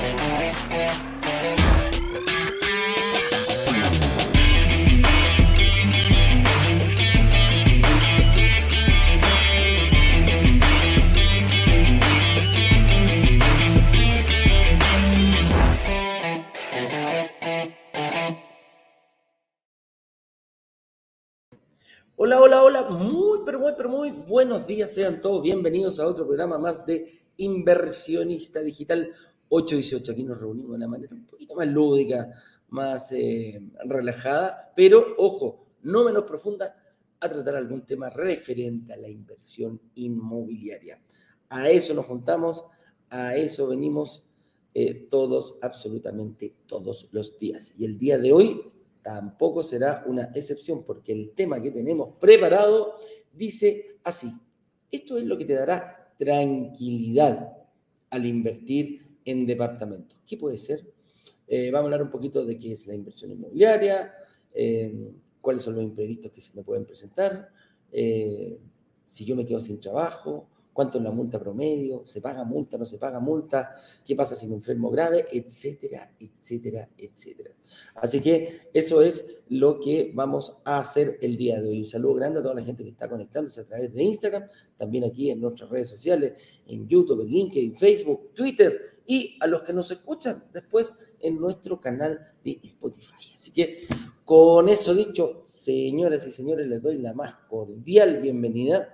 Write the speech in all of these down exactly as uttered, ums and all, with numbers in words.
Hola, hola, hola, muy, pero muy, pero muy buenos días, sean todos bienvenidos a otro programa más de Inversionista Digital ocho dieciocho. Aquí nos reunimos de una manera un poquito más lúdica, más eh, relajada, pero ojo, no menos profunda, a tratar algún tema referente a la inversión inmobiliaria. A eso nos juntamos, a eso venimos eh, todos, absolutamente todos los días. Y el día de hoy tampoco será una excepción, porque el tema que tenemos preparado dice así: esto es lo que te dará tranquilidad al invertir en departamentos. ¿Qué puede ser? Eh, vamos a hablar un poquito de qué es la inversión inmobiliaria, eh, cuáles son los imprevistos que se me pueden presentar, eh, si yo me quedo sin trabajo, cuánto es la multa promedio, se paga multa, no se paga multa, qué pasa si me enfermo grave, etcétera, etcétera, etcétera. Así que eso es lo que vamos a hacer el día de hoy. Un saludo grande a toda la gente que está conectándose a través de Instagram, también aquí en nuestras redes sociales, en YouTube, en LinkedIn, Facebook, Twitter, y a los que nos escuchan después en nuestro canal de Spotify. Así que con eso dicho, señoras y señores, les doy la más cordial bienvenida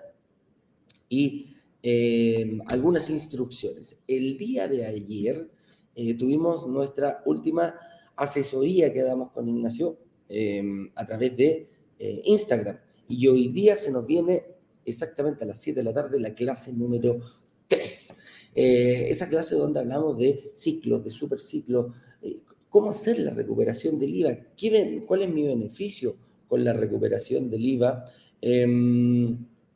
y eh, algunas instrucciones. El día de ayer eh, tuvimos nuestra última asesoría que damos con Ignacio eh, a través de eh, Instagram, y hoy día se nos viene exactamente a las siete de la tarde la clase número tres. Eh, esa clase donde hablamos de ciclos, de superciclos, eh, cómo hacer la recuperación del I V A, ¿Qué, cuál es mi beneficio con la recuperación del I V A. Eh,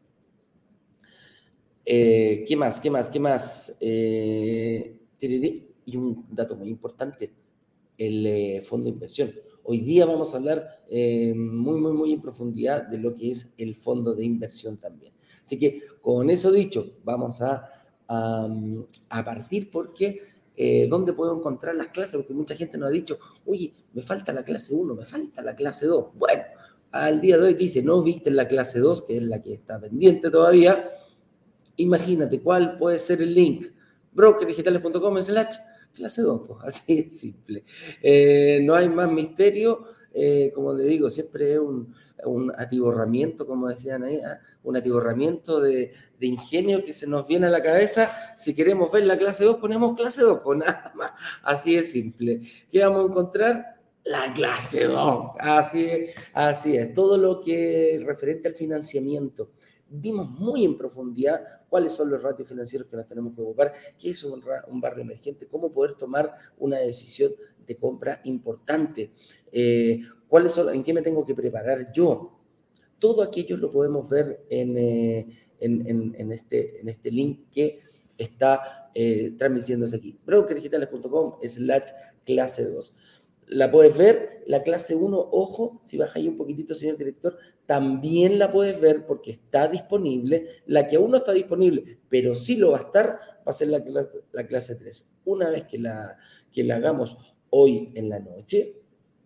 Eh, ¿Qué más? ¿Qué más? ¿Qué más? Eh, y un dato muy importante, el eh, fondo de inversión. Hoy día vamos a hablar eh, muy, muy, muy en profundidad de lo que es el fondo de inversión también. Así que con eso dicho, vamos a, a, a partir porque eh, ¿dónde puedo encontrar las clases? Porque mucha gente nos ha dicho, oye, me falta la clase uno, me falta la clase dos. Bueno, al día de hoy dice, no viste la clase dos, que es la que está pendiente todavía. Imagínate, ¿cuál puede ser el link? brokerdigitales punto com slash clase dos, pues, así de simple. Eh, no hay más misterio, eh, como le digo, siempre es un, un atiborramiento, como decían ahí, ¿eh? un atiborramiento de, de ingenio que se nos viene a la cabeza. Si queremos ver la clase dos, ponemos clase dos, pues nada más, así de simple. ¿Qué vamos a encontrar? La clase dos, así, así es, todo lo que es referente al financiamiento. Vimos muy en profundidad cuáles son los ratios financieros que nos tenemos que ocupar, qué es un, un barrio emergente, cómo poder tomar una decisión de compra importante, eh, cuáles son, en qué me tengo que preparar yo. Todo aquello lo podemos ver en, eh, en, en, en, este, en este link que está eh, transmitiéndose aquí, brokerdigitales punto com slash clase dos. La puedes ver, la clase uno, ojo, si baja ahí un poquitito, señor director, también la puedes ver porque está disponible. La que aún no está disponible, pero sí lo va a estar, va a ser la clase, la clase tres. Una vez que la, que la hagamos hoy en la noche,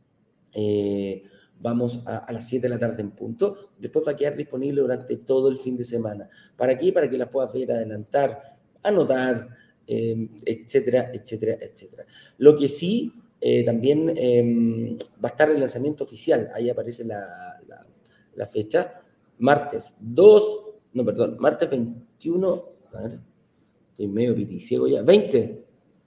eh, vamos a, a las siete de la tarde en punto, después va a quedar disponible durante todo el fin de semana. ¿Para qué? Para que la puedas ver, adelantar, anotar, eh, etcétera, etcétera, etcétera. Lo que sí... Eh, también eh, va a estar el lanzamiento oficial, ahí aparece la, la, la fecha, martes dos, no, perdón, martes veintiuno, a ver, estoy medio piticiego ya, veinte,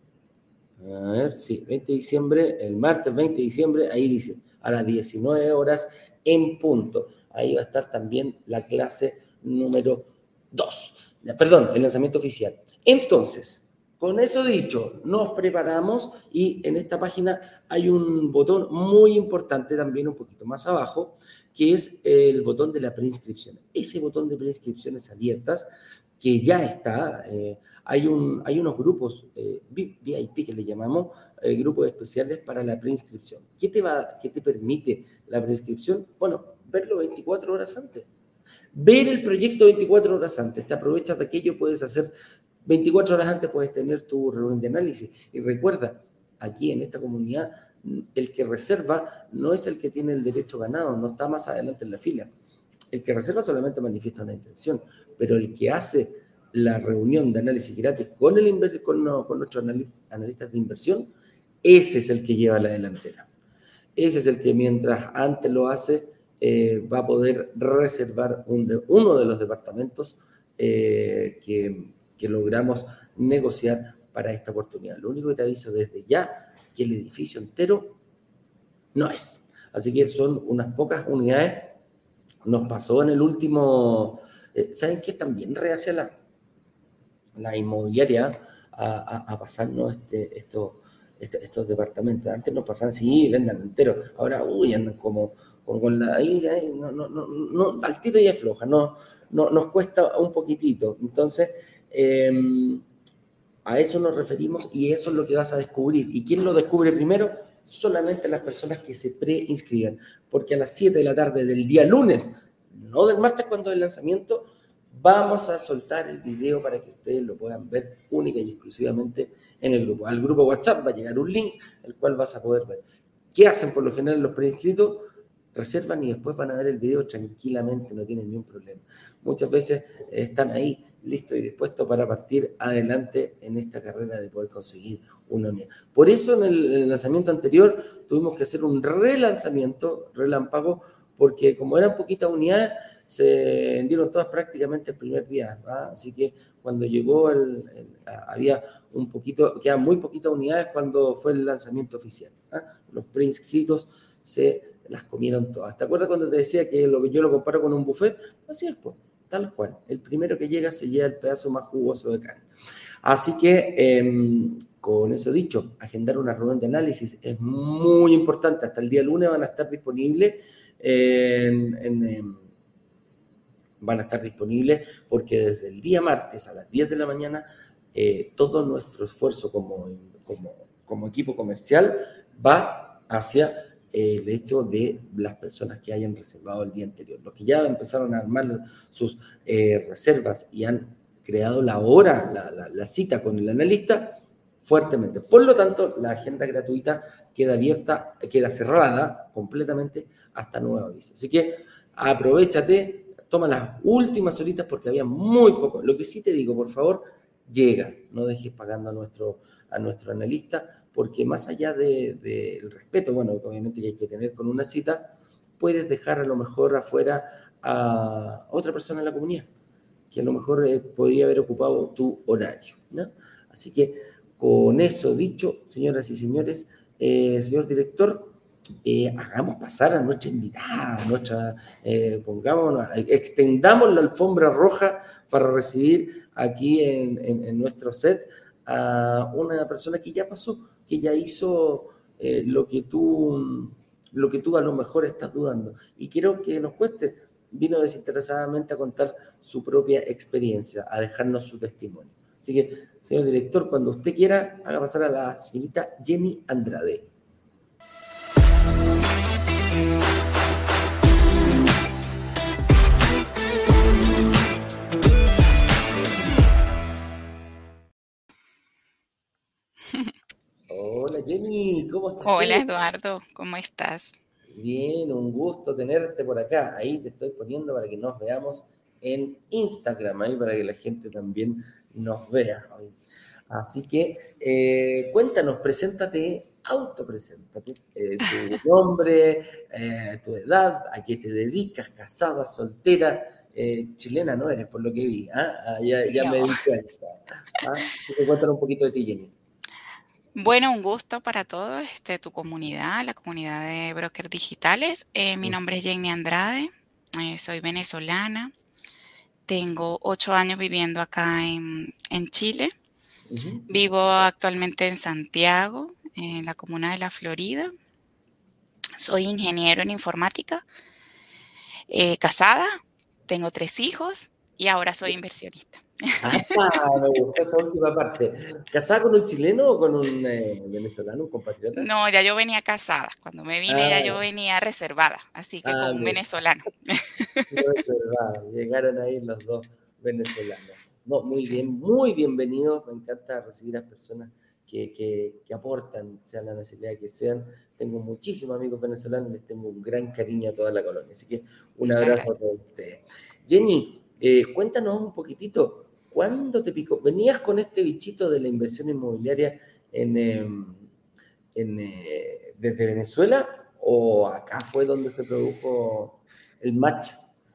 a ver, sí, veinte de diciembre, el martes veinte de diciembre, ahí dice, a las diecinueve horas en punto, ahí va a estar también la clase número dos, perdón, el lanzamiento oficial. Entonces, con eso dicho, nos preparamos y en esta página hay un botón muy importante también un poquito más abajo, que es el botón de la preinscripción. Ese botón de preinscripciones abiertas que ya está, eh, hay, un, hay unos grupos eh, V I P que le llamamos, eh, grupos especiales para la preinscripción. ¿Qué te, va, ¿Qué te permite la preinscripción? Bueno, verlo veinticuatro horas antes. Ver el proyecto veinticuatro horas antes. Te aprovechas de aquello, puedes hacer veinticuatro horas antes puedes tener tu reunión de análisis. Y recuerda, aquí en esta comunidad, el que reserva no es el que tiene el derecho ganado, no está más adelante en la fila. El que reserva solamente manifiesta una intención, pero el que hace la reunión de análisis gratis con, el, con, con nuestros analistas de inversión, ese es el que lleva la delantera. Ese es el que mientras antes lo hace, eh, va a poder reservar un de, uno de los departamentos eh, que, que logramos negociar para esta oportunidad. Lo único que te aviso desde ya, que el edificio entero no es. Así que son unas pocas unidades. Nos pasó en el último, eh, ¿saben qué? También rehacia la, la inmobiliaria a, a, a pasarnos este, esto, este, estos departamentos. Antes nos pasaban, sí, vendan entero. Ahora, uy, andan como, como con la, ahí, ahí, no, no, no, no, al tiro y afloja, no, no, nos cuesta un poquitito. Entonces, eh, a eso nos referimos y eso es lo que vas a descubrir. ¿Y quién lo descubre primero? Solamente las personas que se preinscriban, porque a las siete de la tarde del día lunes, no del martes cuando es el lanzamiento, vamos a soltar el video para que ustedes lo puedan ver única y exclusivamente en el grupo. Al grupo WhatsApp va a llegar un link, el cual vas a poder ver. ¿Qué hacen por lo general los preinscritos? Reservan y después van a ver el video tranquilamente, no tienen ningún problema. Muchas veces están ahí listos y dispuestos para partir adelante en esta carrera de poder conseguir una unidad. Por eso en el, en el lanzamiento anterior tuvimos que hacer un relanzamiento, relámpago, porque como eran poquitas unidades, se vendieron todas prácticamente el primer día, ¿va? Así que cuando llegó, el, el, había un poquito, quedan muy poquitas unidades cuando fue el lanzamiento oficial, ¿va? Los preinscritos se las comieron todas. ¿Te acuerdas cuando te decía que lo que yo lo comparo con un buffet? Así es, pues, tal cual. El primero que llega se lleva el pedazo más jugoso de carne. Así que, eh, con eso dicho, agendar una reunión de análisis es muy importante. Hasta el día lunes van a estar disponibles en, en, en van a estar disponibles porque desde el día martes a las diez de la mañana eh, todo nuestro esfuerzo como, como, como equipo comercial va hacia el hecho de las personas que hayan reservado el día anterior. Los que ya empezaron a armar sus eh, reservas y han creado la hora, la, la, la cita con el analista, fuertemente. Por lo tanto, la agenda gratuita queda abierta, queda cerrada completamente hasta nuevo aviso. Así que aprovéchate, toma las últimas horitas porque había muy poco. Lo que sí te digo, por favor, llega, no dejes pagando a nuestro, a nuestro analista, porque más allá del de, de respeto, bueno, obviamente que hay que tener con una cita, puedes dejar a lo mejor afuera a otra persona en la comunidad, que a lo mejor eh, podría haber ocupado tu horario, ¿no? Así que, con eso dicho, señoras y señores, eh, señor director, eh, hagamos pasar a nuestra invitada, a nuestra, eh, pongámonos, extendamos la alfombra roja para recibir aquí en, en, en nuestro set a una persona que ya pasó, que ya hizo eh, lo que tú, lo que tú a lo mejor estás dudando. Y quiero que nos cueste, vino desinteresadamente a contar su propia experiencia, a dejarnos su testimonio. Así que, señor director, cuando usted quiera, haga pasar a la señorita Jenny Andrade. Hola Jenny, ¿cómo estás tú? Hola Eduardo, ¿cómo estás? Bien, un gusto tenerte por acá. Ahí te estoy poniendo para que nos veamos en Instagram, ahí para que la gente también nos vea. Así que eh, cuéntanos, preséntate, autopreséntate, eh, tu nombre, eh, tu edad, a qué te dedicas, casada, soltera, eh, chilena no eres, por lo que vi. ¿Ah? Ah, ya, ya me No. di cuenta. ¿Ah? Cuéntanos un poquito de ti, Jenny. Bueno, un gusto para todos, este, tu comunidad, la comunidad de brokers digitales. Eh, mi nombre es Jenny Andrade, eh, soy venezolana, tengo ocho años viviendo acá en, en Chile. Uh-huh. Vivo actualmente en Santiago, en la comuna de La Florida. Soy ingeniero en informática, eh, casada, tengo tres hijos y ahora soy inversionista. Ah, me gustó esa última parte. ¿Casada con un chileno o con un eh, venezolano, un compatriota? No, ya yo venía casada. Cuando me vine ya Ah, yo venía reservada, así que ah, con un bien. venezolano. No es verdad, llegaron ahí los dos venezolanos. No, muy Sí, bien, muy bienvenido. Me encanta recibir a personas que, que, que aportan, sean la nacionalidad que sean. Tengo muchísimos amigos venezolanos, les tengo un gran cariño a toda la colonia. Así que un muchas abrazo a gracias. todos ustedes. Jenny, eh, cuéntanos un poquitito, ¿cuándo te picó? ¿Venías con este bichito de la inversión inmobiliaria en, eh, en, eh, desde Venezuela o acá fue donde se produjo el match?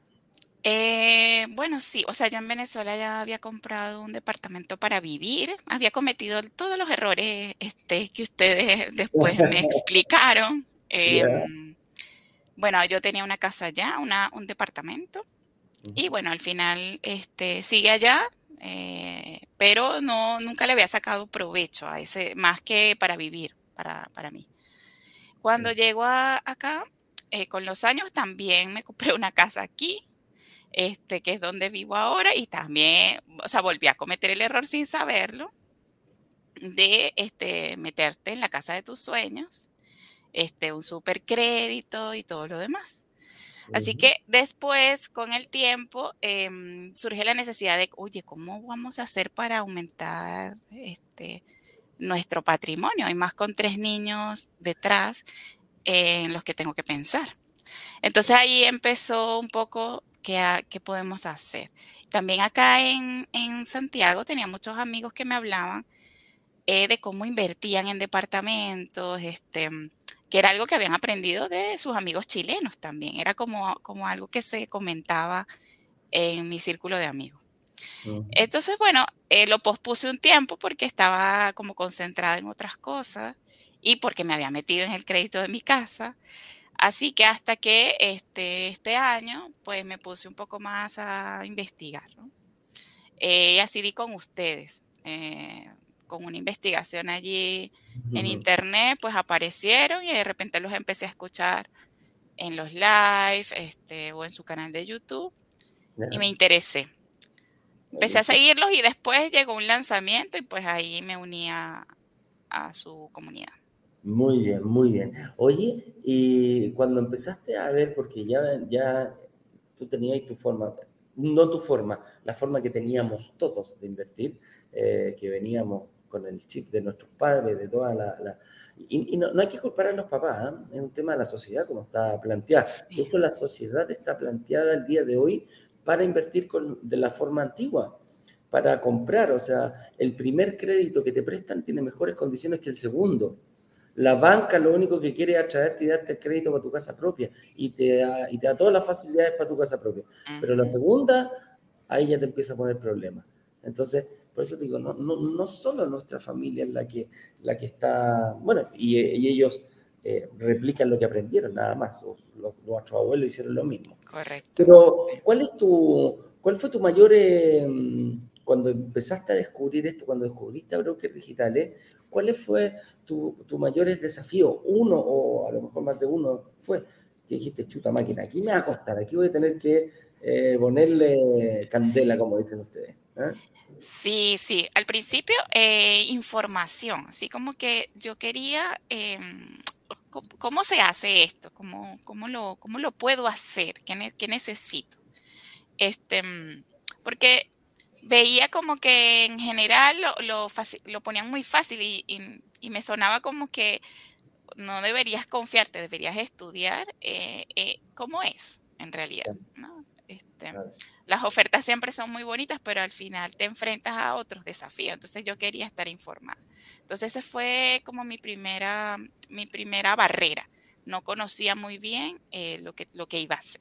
Eh, bueno, sí, o sea, yo en Venezuela ya había comprado un departamento para vivir, había cometido todos los errores este, que ustedes después me explicaron. Ya. Em, bueno, yo tenía una casa allá, una, un departamento, y Ujú. bueno, al final este, sigue allá, eh, pero no, nunca le había sacado provecho a ese, más que para vivir, para, para mí. Cuando llego a- acá, eh, con los años también me compré una casa aquí, este, que es donde vivo ahora, y también, o sea, volví a cometer el error sin saberlo de, este, meterte en la casa de tus sueños, este, un supercrédito y todo lo demás. Así Ujú. que después, con el tiempo, em, surge la necesidad de, oye, ¿cómo vamos a hacer para aumentar, este, nuestro patrimonio? Y más con tres niños detrás, eh, en los que tengo que pensar. Entonces ahí empezó un poco qué, ha- qué podemos hacer. También acá en, en Santiago tenía muchos amigos que me hablaban eh, de cómo invertían en departamentos, este, mm, que era algo que habían aprendido de sus amigos chilenos también. Era como, como algo que se comentaba en mi círculo de amigos. Ujú. Entonces, bueno, eh, lo pospuse un tiempo porque estaba como concentrada en otras cosas y porque me había metido en el crédito de mi casa. Así que hasta que este, este año, pues me puse un poco más a investigar, ¿no? Eh, y así di con ustedes, eh, con una investigación allí en Ujú. internet, pues aparecieron y de repente los empecé a escuchar en los live, este, o en su canal de YouTube y Ya, me interesé. Empecé a buenísimo. seguirlos y después llegó un lanzamiento y pues ahí me uní a, a su comunidad. Muy bien, muy bien. Oye, y cuando empezaste a ver, porque ya, ya tú tenías tu forma, no tu forma, la forma que teníamos todos de invertir, eh, que veníamos con el chip de nuestros padres, de toda la... la- y y no, no hay que culpar a los papás, ¿ah? Es un tema de la sociedad como está planteada. De Sí. hecho, la sociedad está planteada el día de hoy para invertir con, de la forma antigua, para comprar. O sea, el primer crédito que te prestan tiene mejores condiciones que el segundo. La banca lo único que quiere es atraerte y darte el crédito para tu casa propia y te da, y te da todas las facilidades para tu casa propia. Pero la Ujú. segunda, ahí ya te empieza a poner problemas. Entonces, por eso te digo, no, no, no solo nuestra familia es la que, la que está, bueno, y, y ellos eh, replican lo que aprendieron, nada más. O, lo, nuestros abuelos hicieron lo mismo. Correcto. Pero, Sí. ¿cuál es tu, cuál fue tu mayor, eh, cuando empezaste a descubrir esto, cuando descubriste a Brokers Digitales, cuál fue tu, tu mayor desafío? Uno, o a lo mejor más de uno, fue que dijiste, chuta máquina, aquí me va a costar, aquí voy a tener que eh, ponerle candela, como dicen ustedes. ¿Eh? Sí, sí. Al principio, eh, información, así como que yo quería, em, co- ¿cómo se hace esto? ¿Cómo, cómo lo, cómo lo puedo hacer? ¿Qué, ne- qué necesito? Este, mm, porque veía como que en general lo, lo, faci- lo ponían muy fácil y, y- y me sonaba como que no deberías confiarte, deberías estudiar eh, eh, cómo es en realidad, ¿no? Este, Claro. las ofertas siempre son muy bonitas, pero al final te enfrentas a otros desafíos. Entonces yo quería estar informada. Entonces esa fue como mi primera, mi primera barrera. No conocía muy bien eh, lo que, lo que iba a hacer.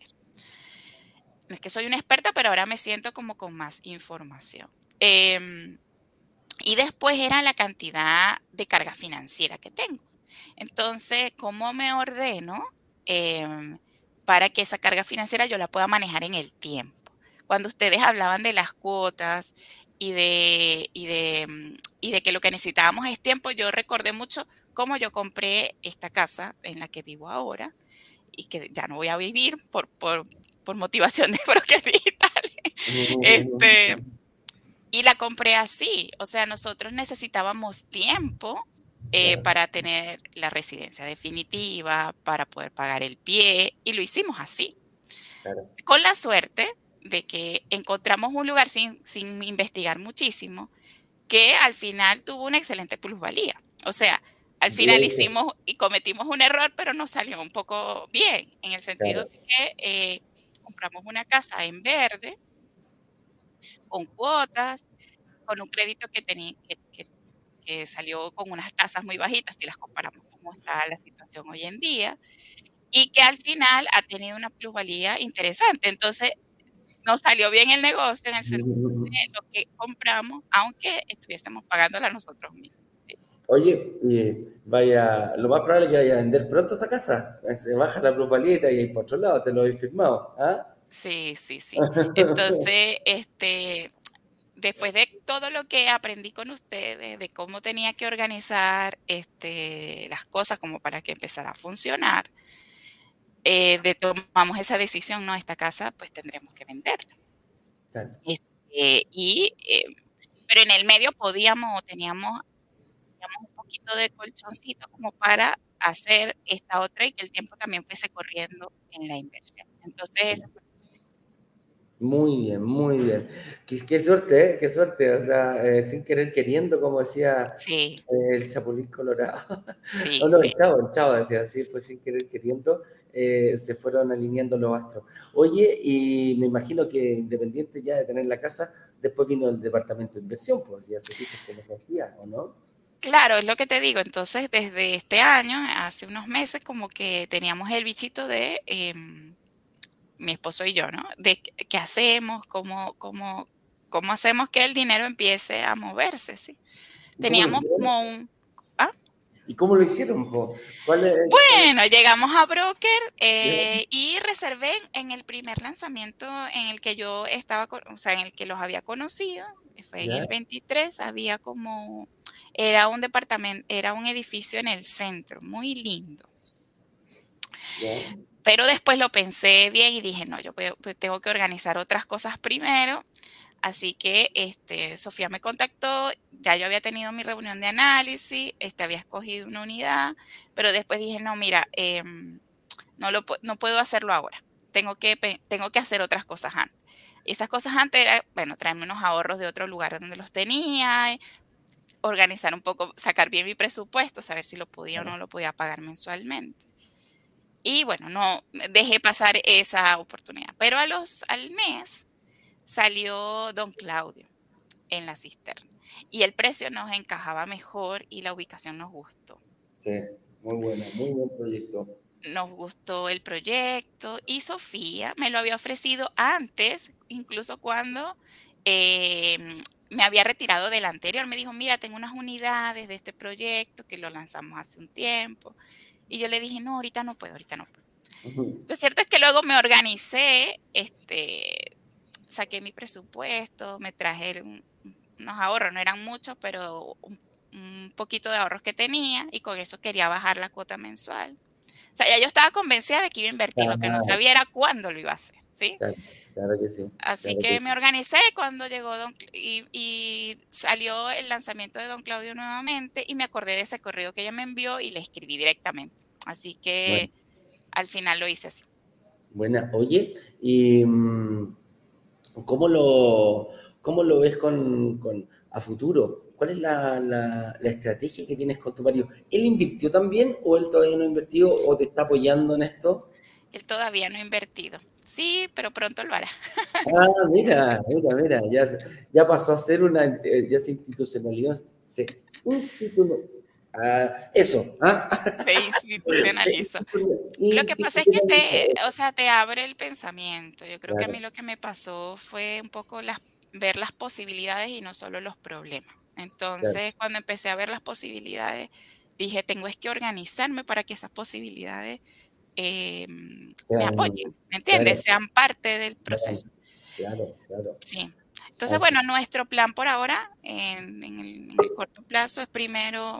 No es que soy una experta, pero ahora me siento como con más información. Em, y después era la cantidad de carga financiera que tengo. Entonces, ¿cómo me ordeno em, para que esa carga financiera yo la pueda manejar en el tiempo? Cuando ustedes hablaban de las cuotas y de, y de, mm, y de que lo que necesitábamos es tiempo, yo recordé mucho cómo yo compré esta casa en la que vivo ahora y que ya no voy a vivir por, por, por motivación de Broker Digital. Este, y la compré así, o sea, nosotros necesitábamos tiempo eh, Claro, para tener la residencia definitiva, para poder pagar el pie, y lo hicimos así. claro. Con la suerte de que encontramos un lugar sin, sin investigar muchísimo, que al final tuvo una excelente plusvalía. O sea, al final Bien, hicimos y cometimos un error, pero nos salió un poco bien, en el sentido claro. de que eh, compramos una casa en verde, con cuotas, con un crédito que, tenía, que, que, que salió con unas tasas muy bajitas si las comparamos con cómo está la situación hoy en día, y que al final ha tenido una plusvalía interesante. Entonces, nos salió bien el negocio en el sentido de lo que compramos, aunque estuviésemos pagándola nosotros mismos. Sí, Oye, y vaya, lo más probable es que vaya a vender pronto esa casa. Se baja la plusvalía y te vaya a ir por otro lado, te lo he firmado. ¿Ah? sí, sí, sí. Entonces, este, después de todo lo que aprendí con ustedes, de cómo tenía que organizar este, las cosas como para que empezara a funcionar, eh, de tomamos esa decisión, no, esta casa pues tendremos que venderla. Claro. Este, y, eh, pero en el medio podíamos o teníamos teníamos un poquito de colchoncito como para hacer esta otra y que el tiempo también fuese corriendo en la inversión. Entonces, esa fue la decisión. Muy bien, muy bien. Qué, qué suerte, ¿eh? Qué suerte. O sea, eh, sin querer queriendo, como decía Sí, eh, el Chapulín Colorado. O sí, no, el sí. Chavo, el Chavo decía así, fue sin querer queriendo, eh, se fueron alineando los astros. Oye, y me imagino que independiente ya de tener la casa, después vino el departamento de inversión, pues ya supiste cómo se hacía, ¿o no? Claro, es lo que te digo. Entonces, desde este año, hace unos meses, como que teníamos el bichito de em, mi esposo y yo, ¿no? De qué qué hacemos, cómo, cómo, cómo hacemos que el dinero empiece a moverse, ¿sí? ¿Y cómo lo Teníamos hicieron? como un... ¿Ah? ¿Y cómo lo hicieron, po? ¿Cuál es, cuál Bueno, llegamos a Broker es? eh, y reservé en el primer lanzamiento en el que yo estaba, co- o sea, en el que los había conocido, que fue en ¿Ya? el veintitrés, había como, era un departamento, era un edificio en el centro, muy lindo. ¿Ya? Pero después lo pensé bien y dije, no, yo voy- pues tengo que organizar otras cosas primero. Así que este, Sofía me contactó, ya yo había tenido mi reunión de análisis, este, había escogido una unidad, pero después dije, no, mira, em, no, lo, pu- no puedo hacerlo ahora, tengo que, pe- tengo que hacer otras cosas antes. Y esas cosas antes era, bueno, traerme unos ahorros de otro lugar donde los tenía, eh, organizar un poco, sacar bien mi presupuesto, saber si lo podía o Claro. no lo podía pagar mensualmente. Y bueno, no dejé pasar esa oportunidad. Pero a los, al mes salió Don Claudio en la cisterna. Y el precio nos encajaba mejor y la ubicación nos gustó. Sí, muy buena, muy buen proyecto. Nos gustó el proyecto y Sofía me lo había ofrecido antes, incluso cuando em, me había retirado del anterior. Me dijo, mira, tengo unas unidades de este proyecto que lo lanzamos hace un tiempo. Y yo le dije, no, ahorita no puedo, ahorita no puedo. Ujú. Lo cierto es que luego me organicé, este, saqué mi presupuesto, me traje un- unos ahorros, no eran muchos, pero un, un poquito de ahorros que tenía y con eso quería bajar la cuota mensual. O sea, ya yo estaba convencida de que iba a invertir, lo que no Ah, sabía era cuándo lo iba a hacer, ¿sí? claro, claro que sí, Así claro que que me sí. organicé cuando llegó Don Cl- y, y salió el lanzamiento de Don Claudio nuevamente y me acordé de ese correo que ella me envió y le escribí directamente. Así Bueno, que al final lo hice así. buena. Oye, ¿y mm, cómo lo, cómo lo ves con, con- a futuro? ¿Cuál es la, la- la estrategia que tienes con tu marido? ¿Él invirtió también o él todavía no ha invertido o te está apoyando en esto? Él todavía no ha invertido. Sí, pero pronto lo hará. Ah, mira, mira, mira, ya, se- ya pasó a ser una, eh, ya se institucionalizó, se institu- ah, eso, ¿ah? Se Se institucionalizó. Lo que pasa es que te, institucionalizó. o sea, te abre el pensamiento. Yo creo que a mí Claro, lo que me pasó fue un poco las, ver las posibilidades y no solo los problemas. claro, Entonces, cuando empecé a ver las posibilidades, dije, tengo es que organizarme para que esas posibilidades em, me sean, apoyen, ¿me entiendes? claro, Sean parte del claro, proceso. claro, claro. Sí. Entonces, Así, bueno, nuestro plan por ahora, en, en el, en el corto plazo, es primero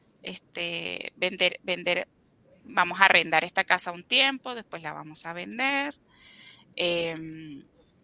este, vender, vender, vamos a arrendar esta casa un tiempo, después la vamos a vender. em,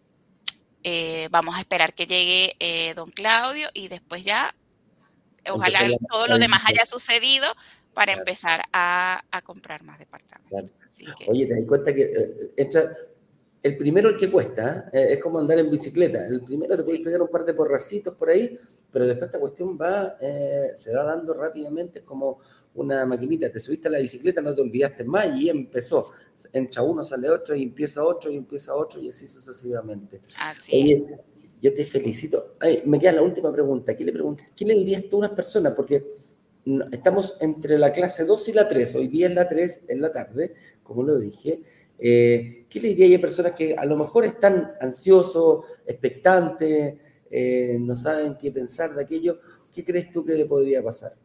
eh, vamos a esperar que llegue eh, don Claudio y después ya, ojalá empezar la, todo la lo demás decisión. haya sucedido para Claro, empezar a, a comprar más claro. departamentos. Así que Oye, ¿te das cuenta que eh, entra? el primero el que cuesta, ¿eh? Es como andar en bicicleta. El primero te Sí. puedes pegar un par de porracitos por ahí, pero después esta cuestión va, eh, se va dando rápidamente, es como una maquinita. Te subiste a la bicicleta, no te olvidaste más y empezó. Entra uno, sale otro y empieza otro y empieza otro y así sucesivamente. Así es. Oye, yo te felicito. Ay, me queda la última pregunta. ¿Qué le, pregun- ¿Qué le dirías tú a unas personas? Porque no- estamos entre la clase dos y la tres. Hoy día es la tres en la tarde, como lo dije. Eh, ¿qué le diría a personas que a lo mejor están ansiosos, expectantes, eh, no saben qué pensar de aquello? ¿Qué crees tú que le podría pasar?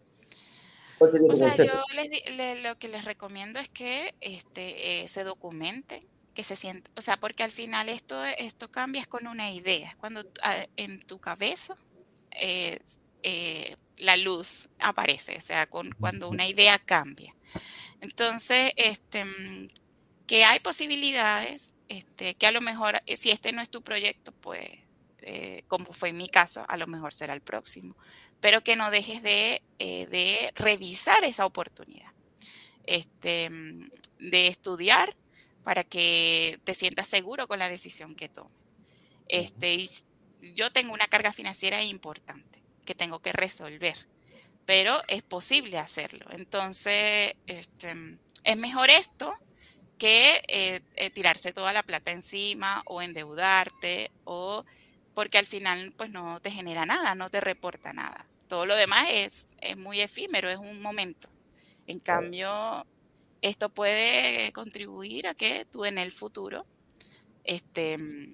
¿Cuál sería O tu sea, yo consejo? les di le lo que les recomiendo es que, este, eh, se documenten, que se sientan, o sea, porque al final esto esto cambia es con una idea, es cuando t- ah, en tu cabeza, eh, eh, la luz aparece, o sea, con cuando una idea cambia. Entonces, este, mm, que hay posibilidades, este, que a lo mejor, eh, si este no es tu proyecto, pues, eh, como fue en mi caso, a lo mejor será el próximo, pero que no dejes de, eh, de revisar esa oportunidad, este, mm, de estudiar para que te sientas seguro con la decisión que tomes. Este, y s- yo tengo una carga financiera importante que tengo que resolver, pero es posible hacerlo. Entonces, este, mm, es mejor esto que eh, eh, tirarse toda la plata encima o endeudarte o porque al final pues no te genera nada, no te reporta nada. Todo lo demás es, es muy efímero, es un momento. En cambio, esto puede contribuir a que tú en el futuro este, mm,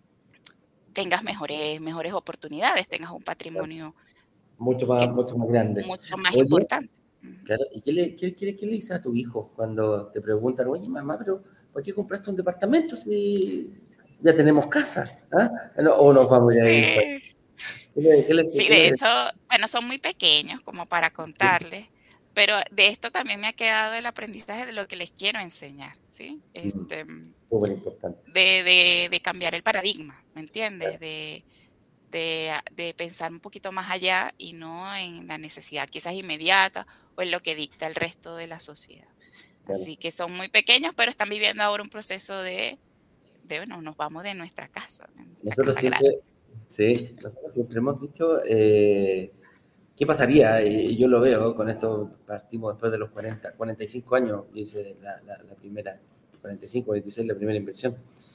tengas mejores, mejores oportunidades, tengas un patrimonio Mucho que más, mucho más grande. mucho más Oye, importante. Ujú. claro, ¿y qué le, qué, qué- qué le dices a tu hijo cuando te preguntan, oye, mamá, pero ¿por qué compraste un departamento si ya tenemos casa? ¿Ah? No, o nos vamos a ir para Sí. ¿Qué le, qué le, Sí, qué de le hecho, bueno, son muy pequeños como para decís? contarles, pero de esto también me ha quedado el aprendizaje de lo que les quiero enseñar, ¿sí? Mm, Este, mm, súper importante. de de de cambiar el paradigma, ¿me entiendes? Claro, De de a de pensar un poquito más allá y no en la necesidad quizás inmediata o en lo que dicta el resto de la sociedad. claro. Así que son muy pequeños, pero están viviendo ahora un proceso de de, bueno, nos vamos de nuestra casa, de nuestra Nosotros casa grande. siempre, sí, nosotros siempre hemos dicho, eh, ¿qué pasaría? Y yo lo veo, con esto partimos después de los cuarenta, cuarenta y cinco años, yo hice la, la, la primera, cuarenta y cinco, veintiséis, la primera inversión.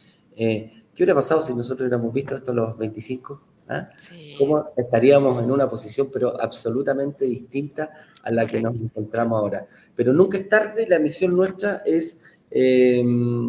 Eh, ¿Qué hubiera pasado si nosotros hubiéramos visto esto a los veinticinco? ¿Ah? Sí, ¿Cómo estaríamos en una posición, pero absolutamente distinta a la que nos correcto. encontramos ahora? Pero nunca es tarde, la misión nuestra es eh,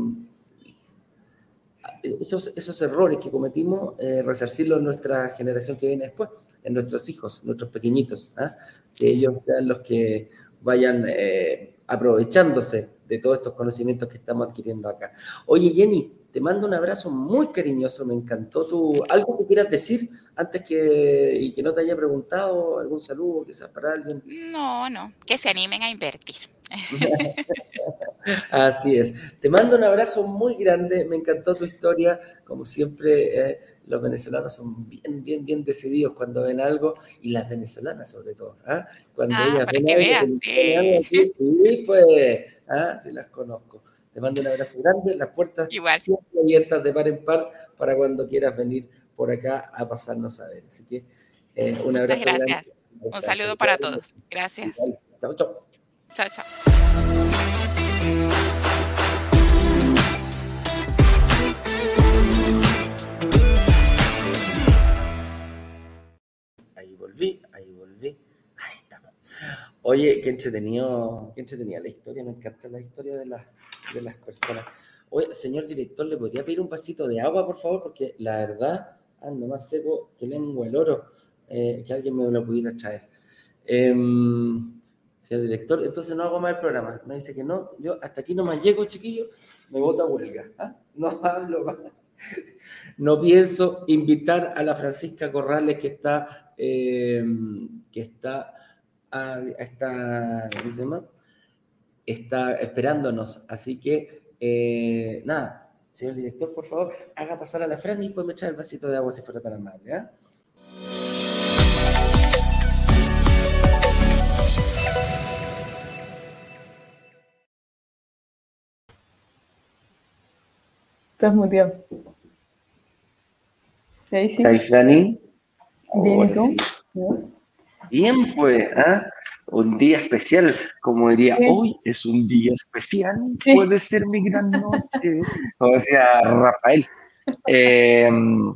esos, esos errores que cometimos, eh, resarcirlos en nuestra generación que viene después, en nuestros hijos, nuestros pequeñitos, ¿ah? Que ellos sean los que vayan eh, aprovechándose de todos estos conocimientos que estamos adquiriendo acá. Oye, Jenny, te mando un abrazo muy cariñoso, me encantó tu... ¿Algo que quieras decir antes que, y que no te haya preguntado, algún saludo quizás para alguien? No, no, que se animen a invertir. Así es. Te mando un abrazo muy grande. Me encantó tu historia. Como siempre, eh, los venezolanos son bien, bien, bien decididos cuando ven algo y las venezolanas sobre todo. ¿Ah? Cuando Ah, ellas para ven que algo, que veas, les pone algo sí. aquí, sí, pues, ah, sí las conozco. Te mando un abrazo grande. Las puertas Igual. siempre abiertas de par en par para cuando quieras venir por acá a pasarnos a ver. Así que eh, un Muchas abrazo grande. gracias. Un saludo para todos. Gracias. Igual. Chao, chao. Chao, chao. Ahí volví, ahí volví. Ahí estamos. Oye, qué entretenido, qué entretenida la historia, me encanta la historia de las, de las personas. Oye, señor director, ¿le podría pedir un vasito de agua, por favor? Porque la verdad, ando más seco que lengua el oro, eh, que alguien me lo pudiera traer. Em, señor director, entonces no hago más el programa. Me dice que no, yo hasta aquí nomás llego, chiquillo, me voto a huelga. ¿Ah? No hablo más. No pienso invitar a la Francisca Corrales que está, eh, que está, ah, está, ¿cómo se llama? Está esperándonos. Así que, eh, nada, señor director, por favor, haga pasar a la Fran y después me echa el vasito de agua si fuera tan amable. ¿Ah? Estás muteado. Ahí sí. ¿Estáis, Franny? Bien, ¿y Ahora tú? sí. Bien, pues, ¿ah? Un día especial, como diría, Sí. hoy es un día especial, Sí. puede ser mi gran noche, como decía Rafael. Eh,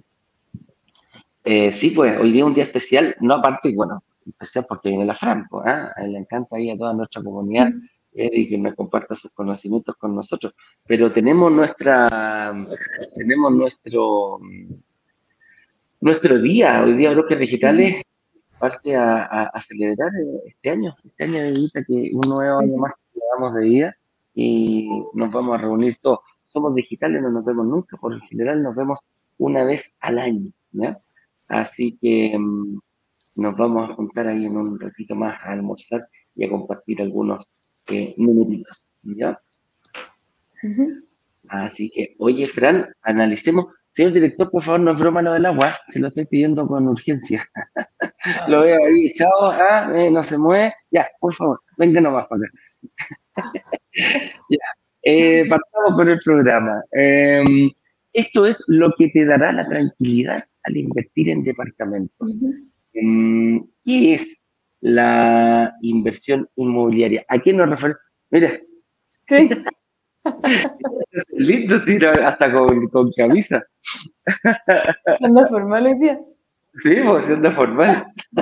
eh, sí, pues, hoy día es un día especial, no aparte, bueno, especial porque viene la Franco, ¿ah? A él le encanta ahí a toda nuestra comunidad ver y que me comparta sus conocimientos con nosotros, pero tenemos nuestra, tenemos nuestro, nuestro día, hoy día Brokers Digitales parte a, a, a celebrar este año, este año de vida, que un nuevo año más que le damos de vida y nos vamos a reunir todos. Somos digitales, no nos vemos nunca, por lo general nos vemos una vez al año, ¿ya? Así que um, nos vamos a juntar ahí en un ratito más a almorzar y a compartir algunos eh, minutitos, ¿ya? Uh-huh. Así que, oye, Fran, analicemos. Señor director, por favor, no es broma lo del agua, se lo estoy pidiendo con urgencia. Lo veo ahí echado, ah, eh, no se mueve. Ya, por favor, venga nomás para acá. Ya, eh, partamos con el programa. Eh, esto es lo que te dará la tranquilidad al invertir en departamentos. Uh-huh. Eh, ¿Qué es la inversión inmobiliaria? ¿A qué nos referimos? Mira. Sí. Es lindo, sí, hasta con, con camisa. ¿Anda formal hoy día? Sí, pues anda formal.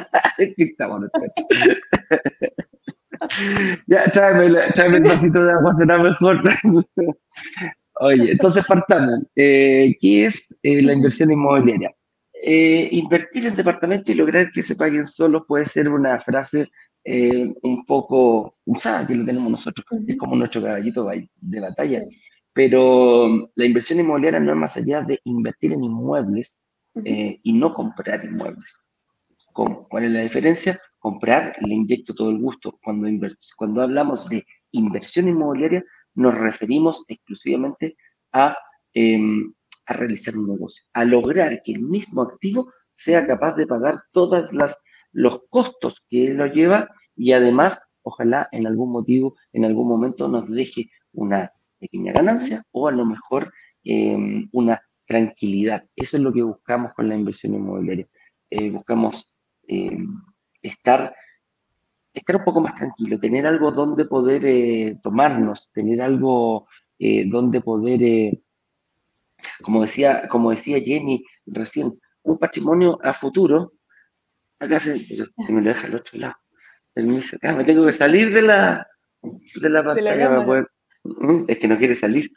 Ya, tráeme, tráeme el vasito de agua, será mejor. Oye, entonces partamos. Eh, ¿Qué es eh, la inversión inmobiliaria? Eh, invertir en departamentos y lograr que se paguen solos puede ser una frase eh, un poco usada, que lo tenemos nosotros. Uh-huh. Es como nuestro caballito de batalla. Sí. Pero la inversión inmobiliaria no es más allá de invertir en inmuebles eh, y no comprar inmuebles. ¿Cómo? ¿Cuál es la diferencia? Comprar, le inyecto todo el gusto. Cuando, cuando hablamos de inversión inmobiliaria, nos referimos exclusivamente a, eh, a realizar un negocio, a lograr que el mismo activo sea capaz de pagar todos los costos que lo lleva y además, ojalá en algún motivo, en algún momento nos deje una pequeña ganancia o a lo mejor eh, una tranquilidad. Eso es lo que buscamos con la inversión inmobiliaria. Eh, buscamos Eh, estar, estar un poco más tranquilo, tener algo donde poder eh, tomarnos, tener algo eh, donde poder, eh, como, decía, como decía Jenny recién, un patrimonio a futuro. Acá se me lo deja al otro lado. Permiso, acá me tengo que salir de la, de la pantalla de la para poder. Es que no quiere salir.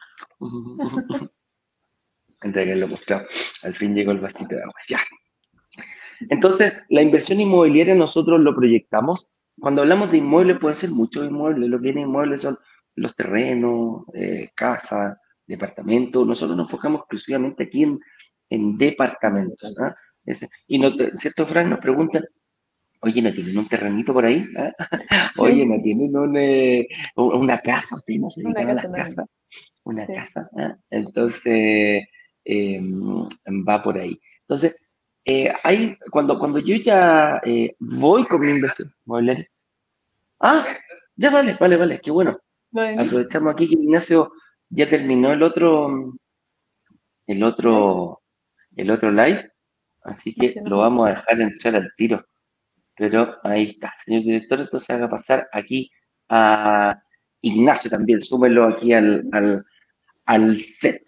Entre que lo mostrado. Al fin llegó el vasito de agua. Ya. Entonces, la inversión inmobiliaria nosotros lo proyectamos. Cuando hablamos de inmuebles, pueden ser muchos inmuebles. Los bienes inmuebles son los terrenos, eh, casas, departamentos. Nosotros nos enfocamos exclusivamente aquí en, en departamentos. ¿Ah? Ese, y no, ¿cierto, Frank? Nos preguntan, oye, ¿no tienen un terrenito por ahí? ¿Ah? Oye, ¿no tienen un, eh, una casa? ¿Ustedes no se dedican a las casas? Una sí. casa. ¿Ah? Entonces, eh, va por ahí. Entonces, Eh, ahí, cuando, cuando yo ya eh, voy con mi inversión inmobiliaria. Ah, ya vale, vale, vale, qué bueno. bueno. Aprovechamos aquí que Ignacio ya terminó el otro, el otro, el otro live, así que lo vamos a dejar entrar al tiro. Pero ahí está, señor director, entonces haga pasar aquí a Ignacio también, súmelo aquí al, al, al set.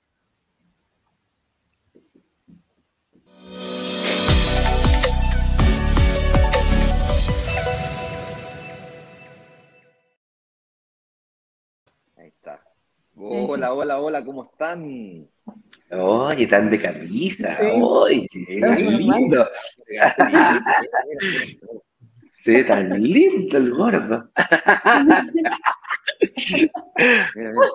Ahí está. Hola, hola, hola, ¿cómo están? Oye, tan de camisa. Sí. Oye, sí, tan lindo. Sí, tan lindo el gordo. Mira, mira.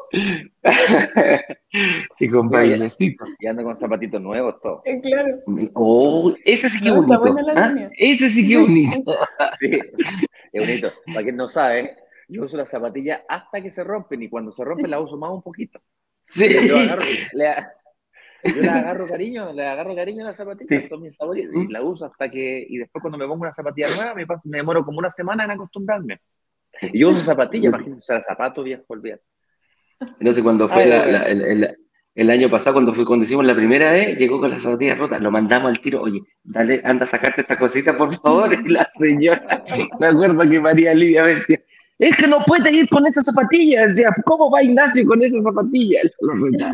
Y con bailecito. Y anda con zapatitos nuevos, todo. Eh, claro. Oh, ese sí que es no, bonito. ¿Ah? Ese sí que es bonito. Sí, es bonito. Para quien no sabe, yo uso las zapatillas hasta que se rompen y cuando se rompen las uso más un poquito. Sí. Yo, agarro, le, yo le agarro cariño, le agarro cariño a las zapatillas, sí. Son mis favoritas y las uso hasta que, y después cuando me pongo una zapatilla nueva me, paso, me demoro como una semana en acostumbrarme. Y yo uso zapatillas, imagínate usar zapatos viejos, olvidar. Entonces cuando fue Ay, la, la, el, el, El año pasado, cuando fui, cuando hicimos la primera vez, llegó con las zapatillas rotas, lo mandamos al tiro, oye, dale, anda a sacarte esta cosita, por favor. Y la señora, me acuerdo que María Lidia me decía, es que no puede ir con esas zapatillas. Decía, ¿cómo va Ignacio con esas zapatillas? Lo retaba.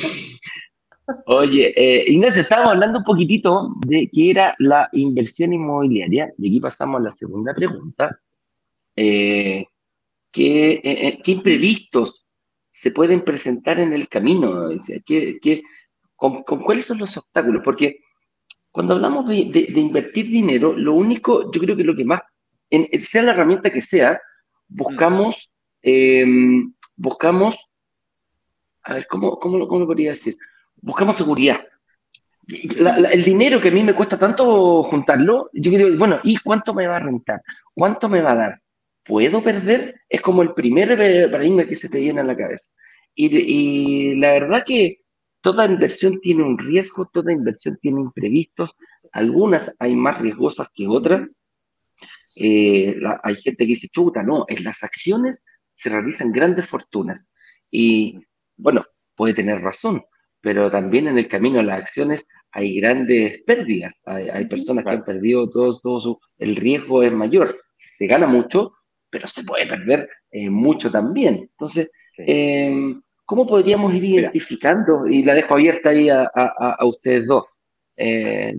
Oye, eh, Ignacio, estábamos hablando un poquitito de qué era la inversión inmobiliaria, y aquí pasamos a la segunda pregunta. Eh, ¿qué, eh, eh, ¿qué imprevistos se pueden presentar en el camino? O sea, ¿qué, qué, con, con cuáles son los obstáculos? Porque cuando hablamos de, de- de invertir dinero, lo único, yo creo que lo que más, en, en sea la herramienta que sea, Mm. buscamos, eh, buscamos, a ver, ¿cómo, cómo, lo- cómo lo podría decir? Buscamos seguridad. La- la- el dinero que a mí me cuesta tanto juntarlo, yo creo, bueno, ¿y cuánto me va a rentar? ¿Cuánto me va a dar? ¿Puedo perder? Es como el primer eh, paradigma que se te viene a la cabeza. Y, y la verdad que toda inversión tiene un riesgo, toda inversión tiene imprevistos, algunas hay más riesgosas que otras. Eh, la- hay gente que dice, chuta, no, en las acciones se realizan grandes fortunas. Y bueno, puede tener razón, pero también en el camino a las acciones hay grandes pérdidas. Hay, hay personas que han Claro. perdido todo, todo su, el riesgo es mayor. Se gana mucho, pero se puede perder eh, mucho también. Entonces, Sí. eh, ¿cómo podríamos ir Mira, identificando? Y la dejo abierta ahí a, a- a- a ustedes dos. Eh,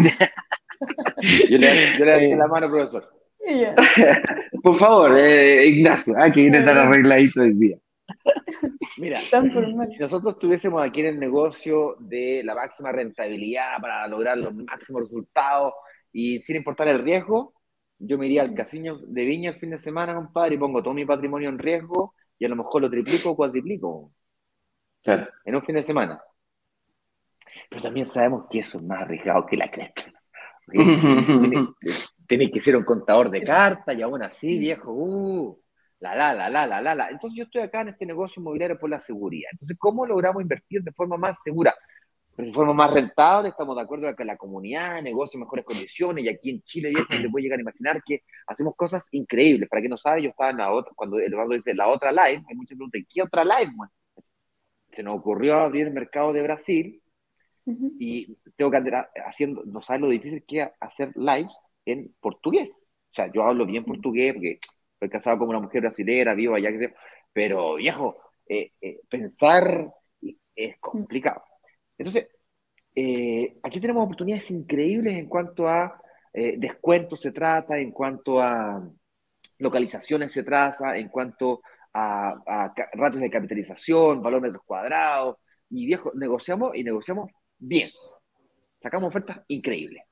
yo le, yo le levanté eh, la mano, profesor. Y ya. Por favor, eh, Ignacio, ah, que quiere estar Bueno, arregladito hoy día. Mira, tan formal. si nosotros estuviésemos aquí en el negocio de la máxima rentabilidad para lograr los máximos resultados y sin importar el riesgo, yo me iría al casino de Viña el fin de semana, compadre, y pongo todo mi patrimonio en riesgo y a lo mejor lo triplico o cuadriplico Claro. en un fin de semana. Pero también sabemos que eso es más arriesgado que la cresta. Porque tenés que ser un contador de cartas y aún así, viejo, uh, la, la, la, la, la, la, la. Entonces yo estoy acá en este negocio inmobiliario por la seguridad. Entonces, ¿cómo logramos invertir de forma más segura? De forma más rentable, estamos de acuerdo con que la comunidad, negocio en mejores condiciones, y aquí en Chile, viejo, no te puede llegar a imaginar que hacemos cosas increíbles. Para quien no sabe, yo estaba en la otra, cuando Eduardo dice la otra live, hay muchas preguntas, ¿qué otra live? Bueno, se nos ocurrió abrir el mercado de Brasil Ujú. y tengo que andar haciendo, no sabes lo difícil que es hacer lives en portugués. O sea, yo hablo bien portugués porque estoy casado con una mujer brasilera, vivo allá, que sé, pero viejo, eh, eh, pensar es complicado. Entonces, eh, aquí tenemos oportunidades increíbles en cuanto a eh, descuentos se trata, en cuanto a localizaciones se trata, en cuanto a, a ratios de capitalización, valor metros cuadrados, y viejo, negociamos y negociamos bien. Sacamos ofertas increíbles.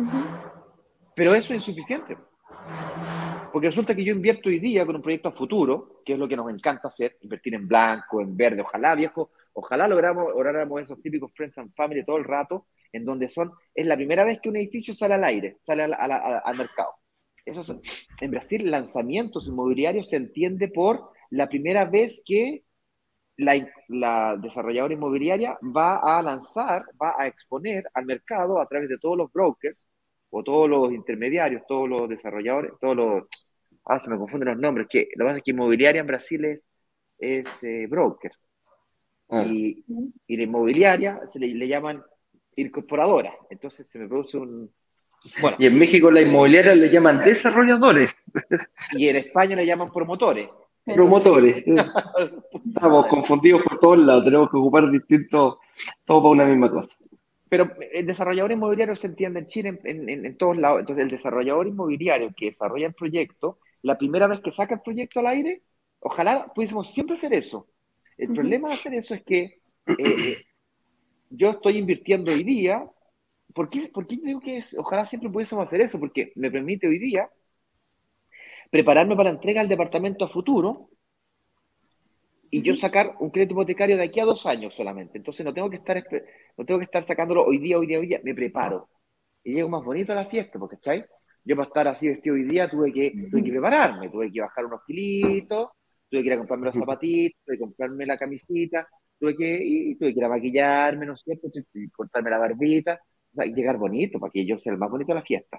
Pero eso es insuficiente. Porque resulta que yo invierto hoy día con un proyecto a futuro, que es lo que nos encanta hacer, invertir en blanco, en verde, ojalá, viejo, ojalá logramos, lográramos esos típicos friends and family todo el rato, en donde son, es la primera vez que un edificio sale al aire, sale al, al, al mercado. Eso es, en Brasil, lanzamientos inmobiliarios se entiende por la primera vez que la, la desarrolladora inmobiliaria va a lanzar, va a exponer al mercado a través de todos los brokers o todos los intermediarios, todos los desarrolladores, todos los... Ah, se me confunden los nombres, que lo que pasa es que inmobiliaria en Brasil es, es eh, broker Claro. y, y la inmobiliaria se le, le llaman incorporadora, entonces se me produce un... Bueno, Y en México la inmobiliaria le llaman desarrolladores, y en España le llaman promotores. promotores. Estamos confundidos por todos lados, tenemos que ocupar distintos, todo para una misma cosa. Pero el desarrollador inmobiliario se entiende en Chile en, en, en todos lados. Entonces, el desarrollador inmobiliario que desarrolla el proyecto, la primera vez que saca el proyecto al aire, ojalá pudiésemos siempre hacer eso. El Ujú. problema de hacer eso es que eh, eh, yo estoy invirtiendo hoy día. ¿Por qué, por qué digo que es, ojalá siempre pudiésemos hacer eso? Porque me permite hoy día prepararme para la entrega al departamento a futuro y yo sacar un crédito hipotecario de aquí a dos años solamente. Entonces no tengo que estar, no tengo que estar sacándolo hoy día, hoy día, hoy día. Me preparo. Y llego más bonito a la fiesta, porque, ¿cachai? Yo para estar así vestido hoy día tuve que, tuve que prepararme, tuve que bajar unos kilitos, tuve que ir a comprarme los zapatitos, tuve que comprarme la camisita, tuve que, y tuve que ir a maquillarme, ¿no es cierto? Y cortarme la barbita, o sea, y llegar bonito, para que yo sea el más bonito de la fiesta.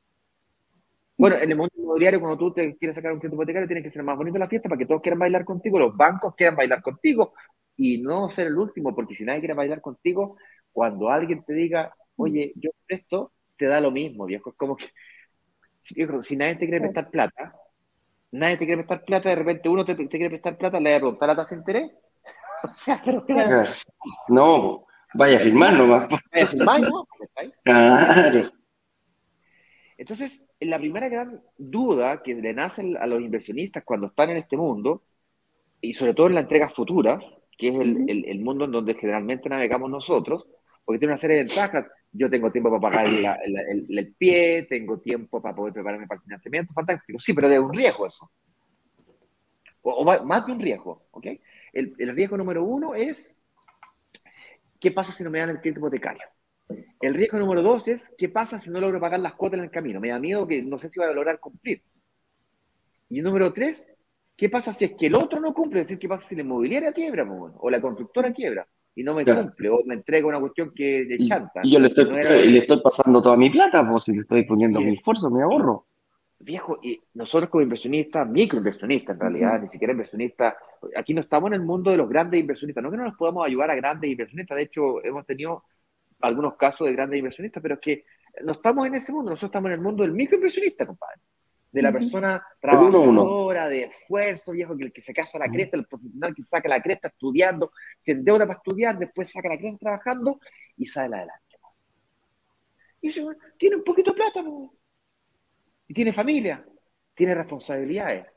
Bueno, en el mundo inmobiliario, cuando tú te quieres sacar un crédito hipotecario, tienes que ser el más bonito de la fiesta para que todos quieran bailar contigo, los bancos quieran bailar contigo, y no ser el último, porque si nadie quiere bailar contigo, cuando alguien te diga, oye, yo presto, te da lo mismo, viejo. Es como que, si, viejo, si nadie te quiere prestar plata, nadie te quiere prestar plata, de repente uno te, te quiere prestar plata, le va a preguntar la tasa de interés. O sea, pero claro, Claro. Claro. No, vaya a firmar nomás. es decir, más, ¿no? ¿Cachai? Claro. Entonces, la primera gran duda que le nace a los inversionistas cuando están en este mundo, y sobre todo en las entregas futuras, que es el, Ujú. el, el mundo en donde generalmente navegamos nosotros, porque tiene una serie de ventajas. Yo tengo tiempo para pagar la, la, el, el pie, tengo tiempo para poder prepararme para el financiamiento, fantástico. Sí, pero es un riesgo eso. O, o más de un riesgo, ¿ok? El, el riesgo número uno es, ¿qué pasa si no me dan el crédito hipotecario? El riesgo número dos es, ¿qué pasa si no logro pagar las cuotas en el camino? Me da miedo que no sé si voy a lograr cumplir. Y el número tres, ¿qué pasa si es que el otro no cumple? Es decir, ¿qué pasa si la inmobiliaria quiebra, pues, bueno, o la constructora quiebra y no me Claro. cumple, o me entrega una cuestión que le Y, chanta, y yo le que estoy, no era lo y le que... estoy pasando toda mi plata, pues si le estoy poniendo Y, mi esfuerzo, mi ahorro. viejo, y nosotros como inversionistas, microinversionistas en realidad, Ujú. ni siquiera inversionistas, aquí no estamos en el mundo de los grandes inversionistas, no que no nos podamos ayudar a grandes inversionistas, de hecho hemos tenido algunos casos de grandes inversionistas, pero es que no estamos en ese mundo, nosotros estamos en el mundo del microinversionista, compadre. De la Ujú. persona El uno a uno. trabajadora, de esfuerzo, viejo, que el que se casa la cresta, el profesional que saca la cresta estudiando, se endeuda para estudiar, después saca la cresta trabajando y sale adelante. Y ese güey tiene un poquito de plata, ¿no? Y tiene familia, tiene responsabilidades.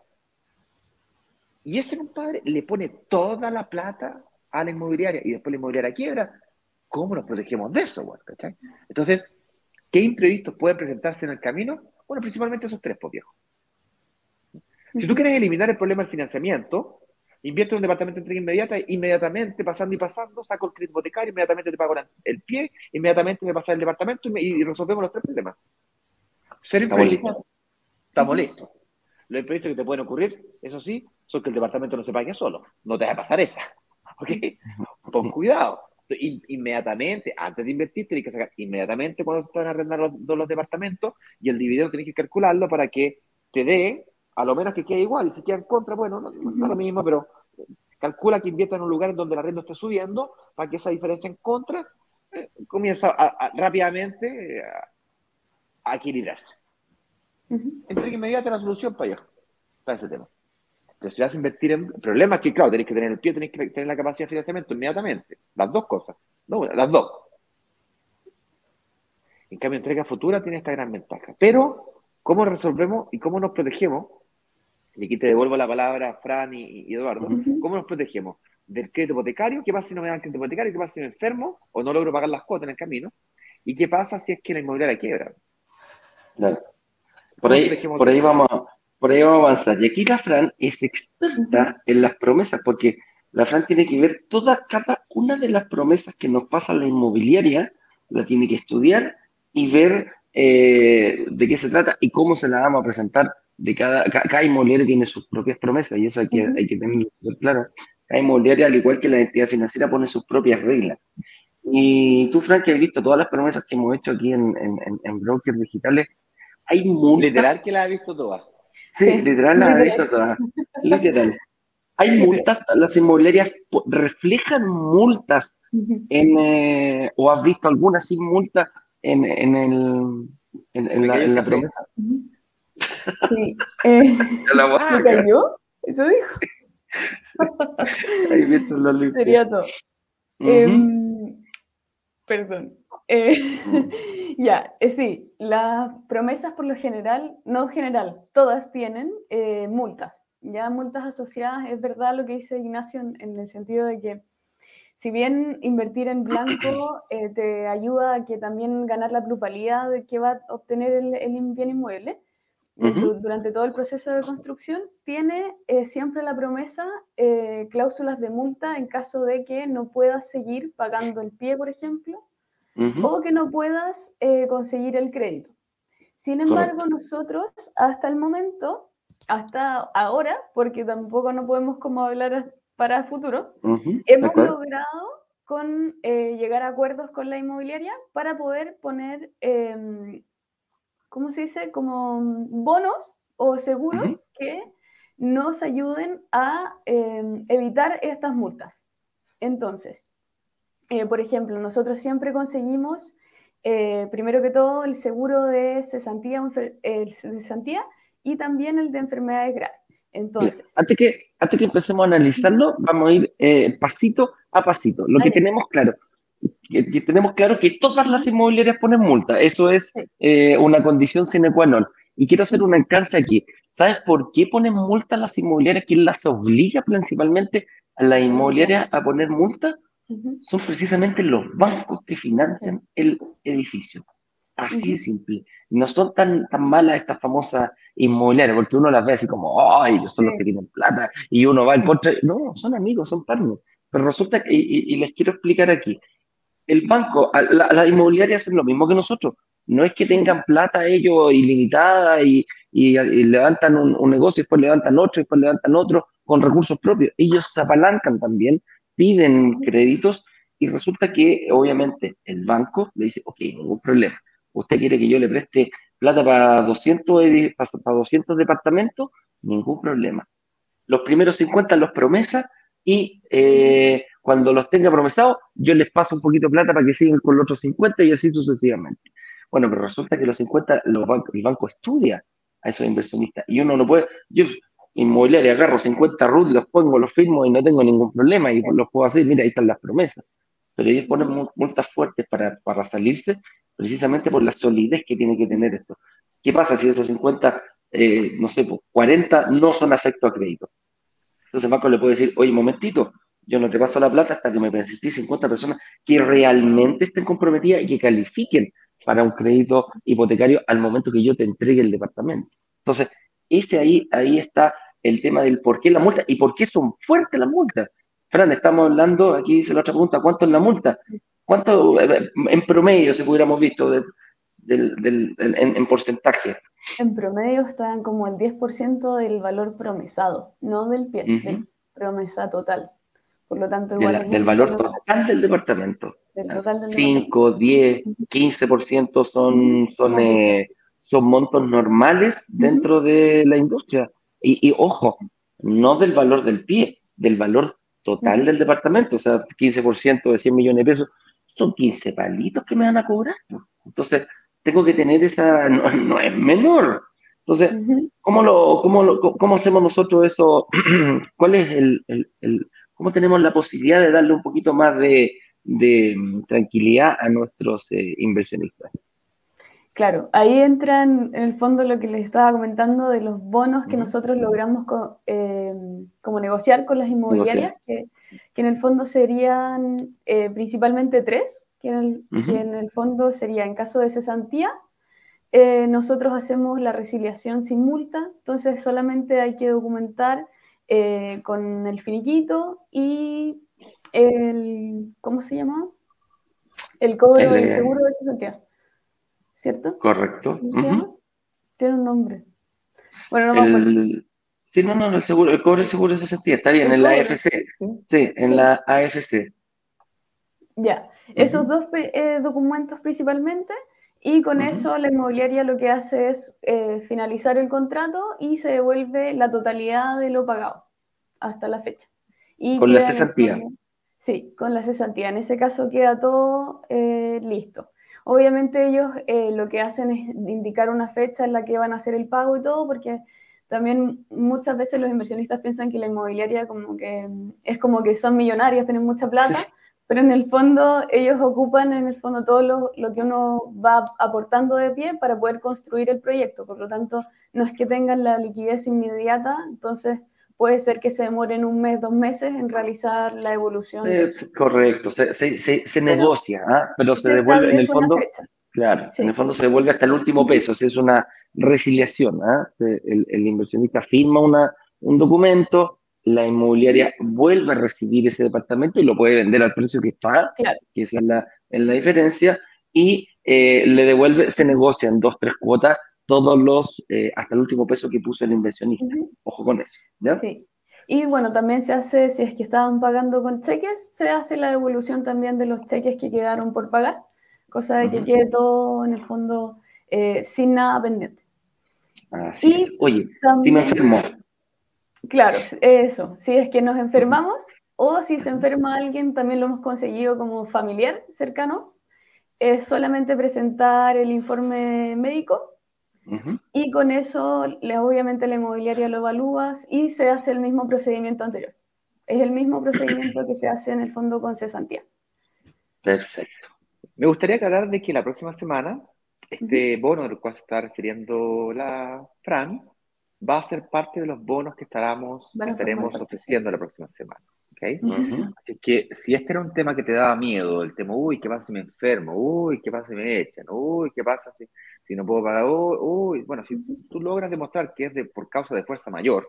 Y ese compadre le pone toda la plata a la inmobiliaria y después la inmobiliaria quiebra. ¿Cómo nos protegemos de eso, güey? ¿Cachai? Entonces, ¿qué imprevistos pueden presentarse en el camino? Bueno, principalmente esos tres, pues, viejo. Si tú Ujú. quieres eliminar el problema del financiamiento, invierte en un departamento de entrega inmediata, inmediatamente, pasando y pasando, saco el crédito hipotecario, inmediatamente te pago el pie, inmediatamente me pasa el departamento y, me, y resolvemos los tres problemas. Cero Estamos imprevistos, listos. estamos Ujú. listos. Los imprevistos que te pueden ocurrir, eso sí, son que el departamento no se pague solo. No te va a pasar esa. ¿Ok? Pon cuidado. In, inmediatamente, antes de invertir, tienes que sacar inmediatamente cuando se están arrendando los, los departamentos y el dividendo tienes que calcularlo para que te dé, a lo menos que quede igual. Y si queda en contra, bueno, no, no, no es lo mismo, pero calcula que invierta en un lugar en donde el arrendo esté subiendo para que esa diferencia en contra eh, comienza a, a, rápidamente eh, a, a equilibrarse. Ujú. Entrega inmediata la solución para allá, para ese tema. Pero si vas a invertir en... El problema es que, claro, tenéis que tener el pie, tenéis que tener la capacidad de financiamiento inmediatamente. Las dos cosas. No, las dos. En cambio, entrega futura tiene esta gran ventaja. Pero, ¿cómo resolvemos y cómo nos protegemos? Y aquí te devuelvo la palabra a Fran y, y Eduardo. Ujú. ¿Cómo nos protegemos? Del crédito hipotecario. ¿Qué pasa si no me dan crédito hipotecario? ¿Qué pasa si me enfermo o no logro pagar las cuotas en el camino? ¿Y qué pasa si es que la inmobiliaria quiebra? Claro. Por ¿Cómo nos ahí, protegemos por de ahí eso? vamos, a- por ahí vamos a avanzar. Y aquí la Fran es Ujú. experta en las promesas, porque la Fran tiene que ver todas, cada una de las promesas que nos pasa la inmobiliaria, la tiene que estudiar y ver eh, de qué se trata y cómo se la vamos a presentar. De cada, ca- cada inmobiliaria tiene sus propias promesas y eso hay que, Ujú. hay que tenerlo súper claro. Cada inmobiliaria, al igual que la entidad financiera, pone sus propias reglas. Y tú, Fran, que has visto todas las promesas que hemos hecho aquí en, en, en en brokers digitales, hay Literal multas. que la he visto toda. Sí, Sí, literal las he visto literal. todas. Literal. Hay Literal. multas, las inmobiliarias po- reflejan multas Ujú. en, eh, o has visto alguna sin multa en, en, el, en, Se en me la, cayó el en la café. promesa. Ujú. Sí. Eh, Ya la ¿se vaca. cayó? ¿Eso dijo? Ahí visto la limpia. Sería todo. Ujú. Em, Perdón. Eh, Mm. ya, eh, sí, las promesas por lo general, no general, todas tienen eh, multas, ya multas asociadas, es verdad lo que dice Ignacio en, en el sentido de que si bien invertir en blanco eh, te ayuda a que también ganar la plusvalía de que va a obtener el, el bien inmueble, eh, Ujú. du- durante todo el proceso de construcción, tiene eh, siempre la promesa eh, cláusulas de multa en caso de que no puedas seguir pagando el pie, por ejemplo, Ujú. o que no puedas eh, conseguir el crédito. Sin embargo, Correcto. nosotros hasta el momento, hasta ahora, porque tampoco no podemos como hablar para el futuro, Ujú. ¿De hemos acuerdo? logrado con, eh, llegar a acuerdos con la inmobiliaria para poder poner, eh, ¿cómo se dice? Como bonos o seguros Ujú. que nos ayuden a eh, evitar estas multas. Entonces, eh, por ejemplo, nosotros siempre conseguimos, eh, primero que todo, el seguro de cesantía, el de cesantía y también el de enfermedades graves. Entonces, Mira, antes que, antes que empecemos a analizarlo, vamos a ir eh, pasito a pasito. Lo que vale. tenemos claro, que, que tenemos claro que todas las inmobiliarias ponen multa. Eso es Sí. eh, una condición sine qua non. Y quiero hacer un alcance aquí. ¿Sabes por qué ponen multa las inmobiliarias? ¿Quién las obliga principalmente a las inmobiliarias a poner multa? Uh-huh. Son precisamente los bancos que financian el edificio. Así Uh-huh. de simple. No son tan, tan malas estas famosas inmobiliarias, porque uno las ve así como, ¡ay, ellos son los Sí. que tienen plata! Y uno va en contra. No, son amigos, son partners. Pero resulta que, y, y les quiero explicar aquí, el banco, a- la- las inmobiliarias hacen lo mismo que nosotros. No es que tengan plata ellos ilimitada y, y- y levantan un, un negocio, después levantan otro, después levantan otro con recursos propios. Ellos se apalancan también, piden créditos y resulta que obviamente el banco le dice, ok, ningún problema. ¿Usted quiere que yo le preste plata para doscientos, edi- para, para doscientos departamentos? Ningún problema. Los primeros cincuenta los promesa y eh, cuando los tenga promesados, yo les paso un poquito de plata para que sigan con los otros cincuenta y así sucesivamente. Bueno, pero resulta que los cincuenta, los bancos, el banco estudia a esos inversionistas y uno no puede, yo inmobiliaria agarro cincuenta R U T, los pongo, los firmo y no tengo ningún problema y los puedo hacer, mira, ahí están las promesas. Pero ellos ponen multas fuertes para, para salirse precisamente por la solidez que tiene que tener esto. ¿Qué pasa si esos cincuenta, eh, no sé, pues, cuarenta no son afectos a crédito? Entonces el banco le puede decir, oye, momentito, yo no te paso la plata hasta que me presentes cincuenta personas que realmente estén comprometidas y que califiquen para un crédito hipotecario al momento que yo te entregue el departamento. Entonces, ese ahí, ahí está el tema del por qué la multa y por qué son fuertes las multas. Fran, estamos hablando, aquí dice la otra pregunta, ¿cuánto es la multa? ¿Cuánto eh, en promedio, si pudiéramos visto, de, del, del, en, en porcentaje? En promedio están como el diez por ciento del valor promesado, no del pie, Uh-huh. del promesa total. Por lo tanto, De igual la, es del un valor valor total del departamento. del total del cinco, diez, quince por ciento son, son, eh, son montos normales dentro de la industria. Y, y ojo, no del valor del pie, del valor total uh-huh. del departamento. O sea, quince por ciento de cien millones de pesos son quince palitos que me van a cobrar. Entonces, tengo que tener esa, no, no es menor. Entonces, Uh-huh. ¿cómo, lo, cómo, lo, ¿cómo hacemos nosotros eso? ¿Cuál es el, el, el, cómo tenemos la posibilidad de darle un poquito más de, de tranquilidad a nuestros eh, inversionistas? Claro, ahí entra en el fondo lo que les estaba comentando de los bonos que uh-huh. nosotros logramos co- eh, como negociar con las inmobiliarias, que, que en el fondo serían eh, principalmente tres, que en, el, uh-huh. que en el fondo sería en caso de cesantía, eh, nosotros hacemos la resiliación sin multa, entonces solamente hay que documentar eh, con el finiquito y el, ¿cómo se llama? El cobro el, del seguro de cesantía. ¿Cierto? Correcto. ¿Cómo se uh-huh. llama? Tiene un nombre. Bueno, no el, me acuerdo. Sí, no, no, el seguro, el cobre del seguro de cesantía, está bien, el en la A F C. Sí, sí en sí. la A F C. Ya, uh-huh. esos dos eh, documentos principalmente, y con uh-huh. eso la inmobiliaria lo que hace es eh, finalizar el contrato y se devuelve la totalidad de lo pagado hasta la fecha. Y con la cesantía. Fondo, sí, con la cesantía. En ese caso queda todo eh, listo. Obviamente ellos eh, lo que hacen es indicar una fecha en la que van a hacer el pago y todo, porque también muchas veces los inversionistas piensan que la inmobiliaria como que es como que son millonarios, tienen mucha plata, sí. Pero en el fondo ellos ocupan en el fondo todo lo, lo que uno va aportando de pie para poder construir el proyecto. Por lo tanto, no es que tengan la liquidez inmediata, entonces puede ser que se demoren un mes, dos meses en realizar la evolución. Eh, correcto, se, se, se, se negocia, ¿ah? Pero sí se devuelve en el fondo, claro, sí. en el fondo se devuelve hasta el último peso, si es una resiliación, ¿ah? el, el inversionista firma una, un documento, la inmobiliaria vuelve a recibir ese departamento y lo puede vender al precio que está, claro. que esa es la, es la diferencia, y eh, le devuelve, se negocia en dos, tres cuotas todos los, eh, hasta el último peso que puso el inversionista. Uh-huh. Ojo con eso, ¿ya? Sí. Y bueno, también se hace, si es que estaban pagando con cheques, se hace la devolución también de los cheques que quedaron por pagar, cosa de que uh-huh. quede todo en el fondo eh, sin nada pendiente. Así y es. Oye, también, si me enfermo. Claro, eso, si es que nos enfermamos, O si se enferma alguien, también lo hemos conseguido como familiar cercano, es solamente presentar el informe médico Ujú. y con eso le, obviamente la inmobiliaria lo evalúas y se hace el mismo procedimiento anterior. Es el mismo procedimiento que se hace en el fondo con cesantía. Perfecto. Me gustaría aclarar de que la próxima semana, este bono al cual se está refiriendo la Fran, va a ser parte de los bonos que estaremos, Van a formar estaremos parte, ofreciendo la próxima semana. ¿Ok? Ujú. Así que si este era un tema que te daba miedo, el tema, uy, ¿qué pasa si me enfermo? Uy, ¿qué pasa si me echan? Uy, ¿qué pasa si, si no puedo pagar? Uy, uy. Bueno, si Ujú, tú logras demostrar que es de, por causa de fuerza mayor,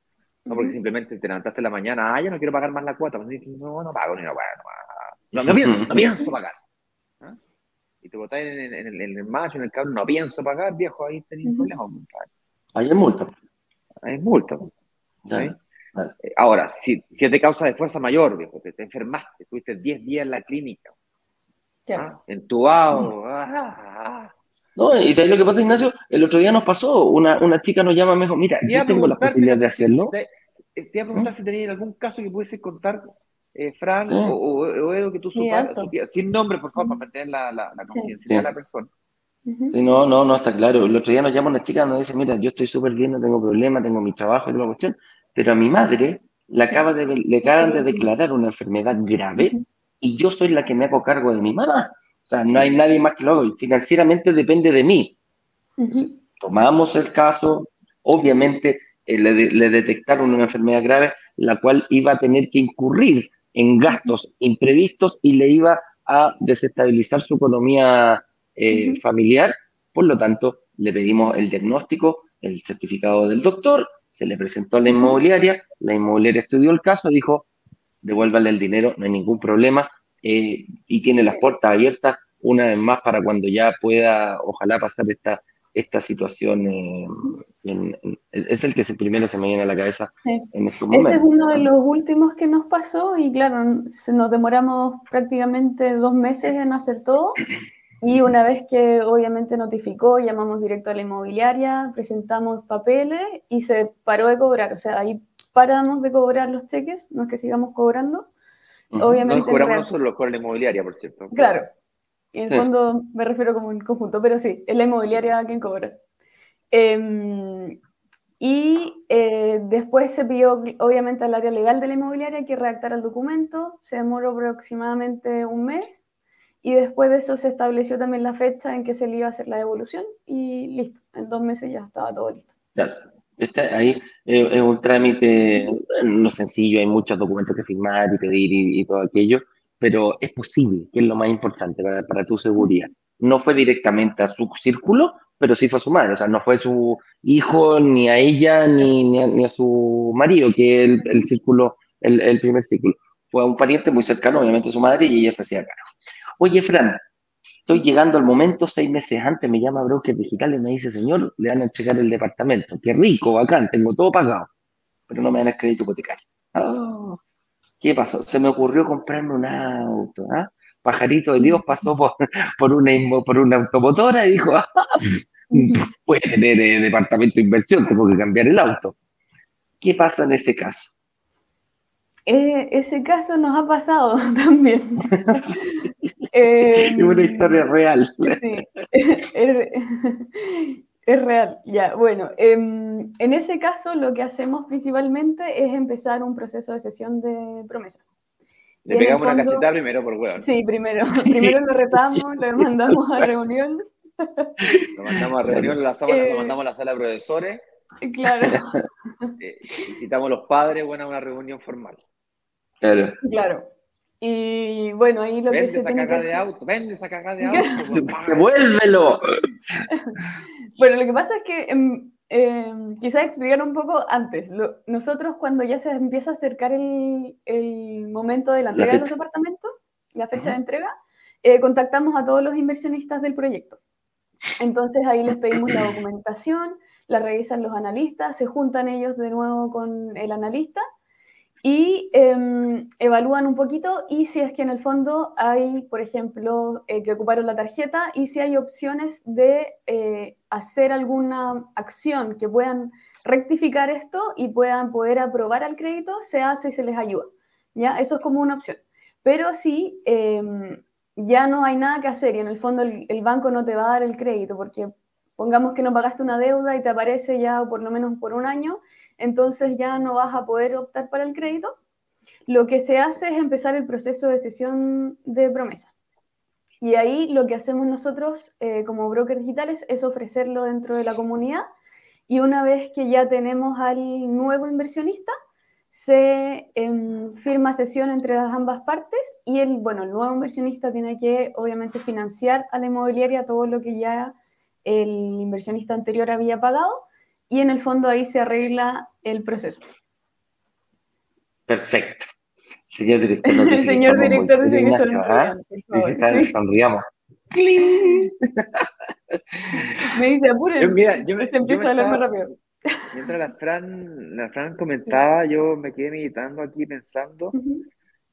no porque ujú. simplemente te levantaste en la mañana, ah, ya no quiero pagar más la cuota, pues dices, no, no pago ni una cuota, no, no, no, pienso, no pienso pagar. ¿Ah? Y te botáis en, en, en, el- en el macho, en el cabrón, no pienso pagar, viejo, ahí tenéis un Ujú. problema, compadre. Ahí es multa. Ahí es multa. Ya, ¿Ok? vale. Eh, Ahora, si, si es de causa de fuerza mayor, viejo, te, te enfermaste, estuviste diez días en la clínica, Claro. ¿ah? Entubado, ah, ah, ah. No, y ¿sabes lo que pasa, Ignacio? El otro día nos pasó, una, una chica nos llama y me dijo, mira, Te iba yo a tengo la preguntar, posibilidad de fíjate, si, si hacerlo. te, te iba a ¿Mm? preguntar si tenías algún caso que pudiese contar, eh, Fran Sí, o, o, o Edo, que tú Sí, supieras, alto. sin nombre, por favor, para Ujú. mantener la, la, la Sí. confidencialidad de sí. la persona. Ujú. Sí, no, no, no, está claro. El otro día nos llama una chica y nos dice, mira, yo estoy súper bien, no tengo problema, tengo mi trabajo y toda la cuestión, pero a mi madre le, Sí. acaba de, le Es por acaban de último. declarar una enfermedad grave Ujú. y yo soy la que me hago cargo de mi mamá. O sea, no Sí. hay nadie más que lo haga y financieramente depende de mí. Entonces, Ujú. tomamos el caso, obviamente eh, le, de- le detectaron una enfermedad grave, la cual iba a tener que incurrir en Ujú. gastos imprevistos y le iba a desestabilizar su economía eh, Ujú. familiar. Por lo tanto, le pedimos el diagnóstico, el certificado del doctor, se le presentó a la Ujú. inmobiliaria, la inmobiliaria estudió el caso, dijo, devuélvale el dinero, no hay ningún problema, eh, y tiene las Sí. puertas abiertas una vez más para cuando ya pueda, ojalá, pasar esta, esta situación. eh, Ujú. en- en- es el que se, primero se me viene a la cabeza Sí. en estos Ese es momentos. uno de ¿No? los últimos que nos pasó y claro, se nos demoramos prácticamente dos meses en hacer todo y una vez que obviamente notificó, llamamos directo a la inmobiliaria, presentamos papeles y se paró de cobrar, o sea, ahí paramos de cobrar los cheques, no es que sigamos cobrando, Ujú. No los obviamente el cobramos real, nosotros, los cobra la inmobiliaria, por cierto. Cuidado. claro, en el Sí. fondo me refiero como en conjunto, pero sí, es la inmobiliaria quien cobra. Eh, Y eh, después se pidió, obviamente, al área legal de la inmobiliaria que redactara el documento, se demoró aproximadamente un mes, y después de eso se estableció también la fecha en que se le iba a hacer la devolución, y listo, en dos meses ya estaba todo listo. Claro. Este, ahí eh, es un trámite eh, no sencillo, hay muchos documentos que firmar y pedir y, y todo aquello, pero es posible, que es lo más importante para, para tu seguridad. No fue directamente a su círculo, pero sí fue a su madre, o sea, no fue su hijo, ni a ella, ni, ni, a, ni a su marido, que es el, el círculo, el, el primer círculo. Fue a un pariente muy cercano, obviamente a su madre, y ella se hacía cargo. Oye, Fran, estoy llegando al momento, seis meses antes me llama Broker Digital y me dice, señor, le van a entregar el departamento. Qué rico, bacán, tengo todo pagado, pero no me dan el crédito hipotecario. Ah, ¿qué pasó? Se me ocurrió comprarme un auto. ¿Ah? Pajarito de Dios pasó por, por, una, inmo- por una automotora y dijo, ah, puede tener eh, departamento de inversión, tengo que cambiar el auto. ¿Qué pasa en ese caso? Eh, ese caso nos ha pasado también. Eh, Es una historia real. sí, es, es real. Ya, bueno, em, en ese caso lo que hacemos principalmente es empezar un proceso de cesión de promesa. Le Y en el pegamos una fondo, cachetada primero por hueón. sí, primero, primero lo retamos, lo mandamos a reunión. Lo mandamos a Claro, reunión, lo, hacemos- lo Eh, mandamos a la sala de profesores, claro, eh, visitamos a los padres, bueno, a una reunión formal. claro. claro. Y bueno, ahí lo que Vende se esa tiene que cagada de hacer. auto, vende esa cagada de auto, papá. ¡Devuélvelo! Bueno, lo que pasa es que em, em, quizás explicar un poco antes. Lo- nosotros cuando ya se empieza a acercar el, el momento de la La entrega de los fecha. departamentos, la fecha de Ajá. entrega, eh, contactamos a todos los inversionistas del proyecto. Entonces ahí les pedimos la documentación, la revisan los analistas, se juntan ellos de nuevo con el analista y eh, evalúan un poquito y si es que en el fondo hay, por ejemplo, eh, que ocuparon la tarjeta y si hay opciones de eh, hacer alguna acción que puedan rectificar esto y puedan poder aprobar al crédito, se hace y se les ayuda. ¿ya? Eso es como una opción. Pero sí, eh, ya no hay nada que hacer y en el fondo el, el banco no te va a dar el crédito porque pongamos que no pagaste una deuda y te aparece ya por lo menos por un año, entonces ya no vas a poder optar para el crédito. Lo que se hace es empezar el proceso de cesión de promesa. Y ahí lo que hacemos nosotros eh, como brokers digitales es ofrecerlo dentro de la comunidad y una vez que ya tenemos al nuevo inversionista, se eh, firma cesión entre las ambas partes y el, bueno, el nuevo inversionista tiene que obviamente financiar a la inmobiliaria todo lo que ya el inversionista anterior había pagado y en el fondo ahí se arregla el proceso. Perfecto. Señor director, nos El dice que señor estamos muy director dice serios, que son Ignacio, ¿ah? estudiantes, por Dice favor. que Sí. sonriamos. ¡Cling! Me dice, Yo, apuren, mira, yo me, se yo empieza me a hablar más estaba, rápido. mientras la Fran, la Fran comentaba, yo me quedé meditando aquí pensando Ujú,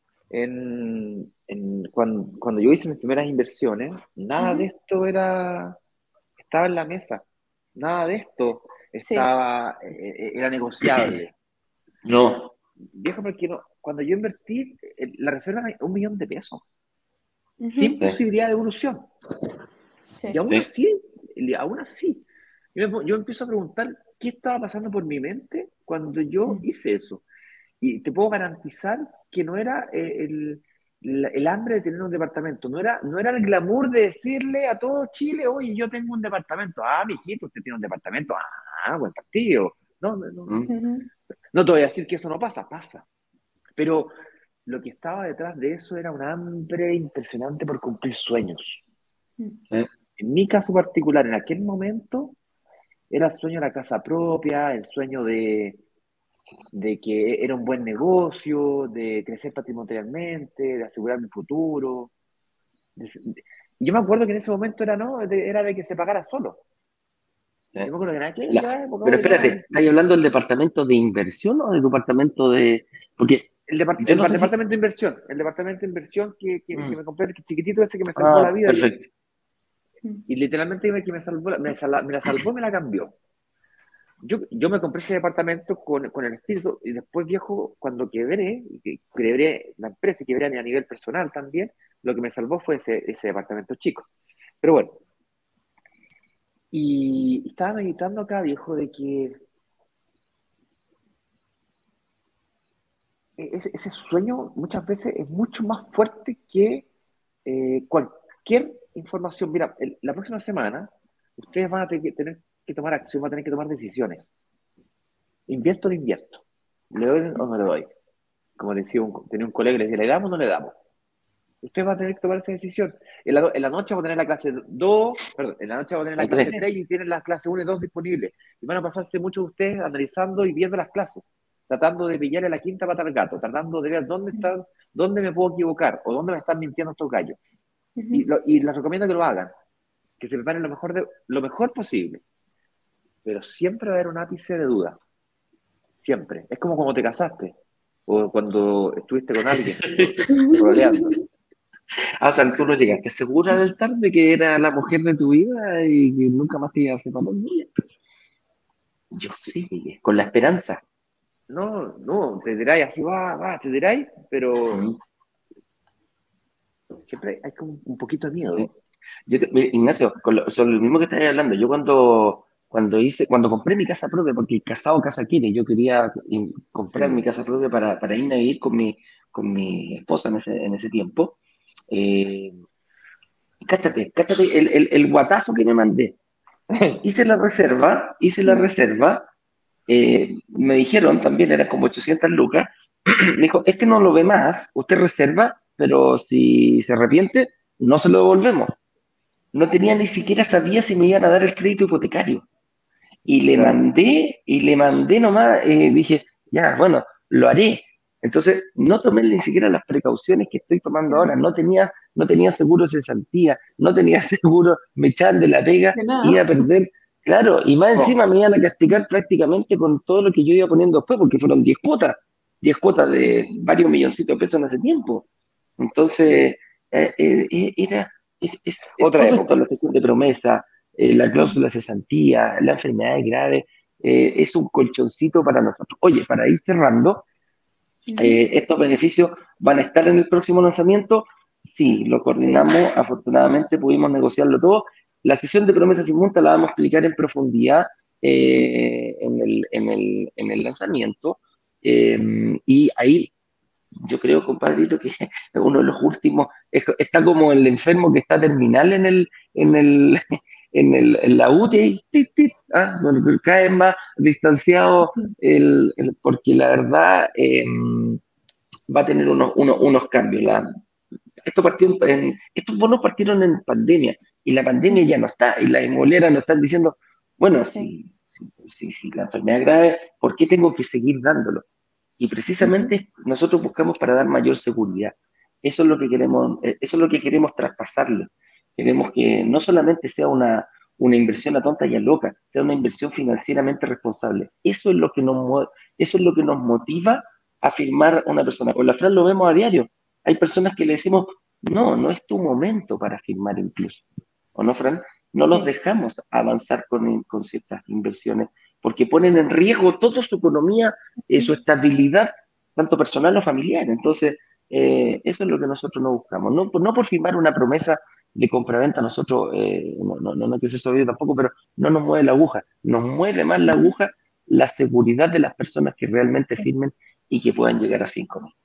en, en cuando, cuando yo hice mis primeras inversiones, nada de ujú. esto era, estaba en la mesa, nada de esto Sí. estaba, eh, eh, era negociable. No. Viejo, porque no, cuando yo invertí, eh, la reserva era un millón de pesos, sin Ujú, Sí, posibilidad de evolución. sí. Y aún sí. así, y aún así, yo, me- yo empiezo a preguntar qué estaba pasando por mi mente cuando yo hice eso. Y te puedo garantizar que no era eh, el, la- el hambre de tener un departamento, no era, no era el glamour de decirle a todo Chile, oye, yo tengo un departamento. Ah, mijito, usted tiene un departamento. Ah, buen partido. No, no, no, Mm, Ujú, no te voy a decir que eso no pasa, pasa. Pero lo que estaba detrás de eso era un hambre impresionante por cumplir sueños. sí. En mi caso particular, en aquel momento, era el sueño de la casa propia, el sueño de, de que era un buen negocio, de crecer patrimonialmente, de asegurar mi futuro. De- de- yo me acuerdo que en ese momento era, ¿no? De- era de que se pagara solo. Sí. Yo me acuerdo que en La- aquella época, pero oye, no, espérate, ¿estás hablando del departamento de inversión o del departamento de...? Porque el, depart- yo el no sé si... departamento de inversión, el departamento de inversión que, que, que Mm, me compré, el chiquitito ese que me salvó la ah, vida, perfecto. ujú. y literalmente que me salvó, la- me, sala- me la salvó, me la cambió. Yo, yo me compré ese departamento con, con el espíritu y después, viejo, cuando quebré, y que quebré la empresa y quebré a nivel personal también, lo que me salvó fue ese, ese departamento chico. Pero bueno, y estaba meditando acá, viejo, de que ese, ese sueño muchas veces es mucho más fuerte que eh, cualquier información. Mira, el- la próxima semana ustedes van a tener que, tener que tomar acción, van a tener que tomar decisiones. ¿Invierto o no invierto? ¿Le doy o no le doy? Como decía un, tenía un colega que le decía, ¿le damos o no le damos? Usted va a tener que tomar esa decisión. En la, en la noche va a tener la clase dos, perdón, en la noche va a tener la La clase tres. tres y tienen las clases uno y dos disponibles. Y van a pasarse muchos de ustedes analizando y viendo las clases, tratando de pillarle la quinta pata al gato, tratando de ver dónde están, dónde me puedo equivocar o dónde me están mintiendo estos gallos. Y, Ujú. lo, y les recomiendo que lo hagan, que se preparen lo mejor, de, lo mejor posible. Pero siempre va a haber un ápice de duda. Siempre. Es como cuando te casaste o cuando estuviste con alguien, roleando. Ah, o sea, tú no llegaste segura del tarde que era la mujer de tu vida y que nunca más te ibas a separar de ella. Yo sí llegué, con la esperanza. No, no, te diráis así, va, va, te diráis, pero Mm, siempre hay como un poquito de miedo. sí. Yo te- mira, Ignacio, con lo- sobre lo mismo que estabas hablando, yo cuando, cuando hice, cuando compré mi casa propia, porque el casado casa quiere, yo quería mm, comprar mi casa propia para, para irme a vivir con mi, con mi esposa en ese, en ese tiempo. Eh, cáchate, cáchate el, el, el guatazo que me mandé. Hice la reserva, hice la reserva, eh, me dijeron también, era como ochocientas lucas, me dijo, este no lo ve más, usted reserva, pero si se arrepiente, no se lo devolvemos. No tenía ni siquiera sabía si me iban a dar el crédito hipotecario. Y le Claro. mandé, y le mandé nomás, eh, dije, ya, bueno, lo haré. Entonces, no tomé ni siquiera las precauciones que estoy tomando ahora. Claro, No tenía, no tenía seguro de cesantía, no tenía seguro, me echaban de la pega, de iba a nada. perder. Claro, y más Oh, encima me iban a castigar prácticamente con todo lo que yo iba poniendo después, porque fueron diez cuotas, diez cuotas de varios milloncitos de pesos en ese tiempo. Entonces, eh, eh, eh, era, es, es- es otra todo esto, época. la sesión de promesa, eh, la Mm. cláusula de cesantía, la enfermedad grave, eh, es un colchoncito para nosotros. Oye, para ir cerrando, Eh, ¿estos beneficios van a estar en el próximo lanzamiento? Sí, lo coordinamos, afortunadamente pudimos negociarlo todo. La sesión de promesas sin multa la vamos a explicar en profundidad eh, en, el, en, el, en el lanzamiento. Eh, y ahí yo creo, compadrito, que uno de los últimos, es- está como el enfermo que está terminal en el, en el, en el, en la U T I, tit, tit, ah, bueno, que cada vez más distanciado, el, el- porque la verdad eh, va a tener unos, unos, unos cambios. La, esto partió en- estos bonos partieron en pandemia y la pandemia ya no está y las inmobiliarias nos están diciendo, bueno, si, si, si, si la enfermedad es grave, ¿por qué tengo que seguir dándolo? Y precisamente nosotros buscamos para dar mayor seguridad. Eso es lo que queremos, eh, eso es lo que queremos traspasarle. Queremos que no solamente sea una, una inversión a tonta y a loca, sea una inversión financieramente responsable. Eso es lo que nos, mue- eso es lo que nos motiva a firmar una persona. Con la Fran lo vemos a diario. Hay personas que le decimos, no, no es tu momento para firmar incluso. ¿O no, Fran? No los Sí. dejamos avanzar con, con ciertas inversiones porque ponen en riesgo toda su economía, eh, su estabilidad, tanto personal o familiar. Entonces, eh, eso es lo que nosotros no buscamos. No, no por firmar una promesa de compraventa, nosotros, eh, no, no, no, no que sea obvio tampoco, pero no nos mueve la aguja. Nos mueve más la aguja la seguridad de las personas que realmente firmen y que puedan llegar a fin con esto.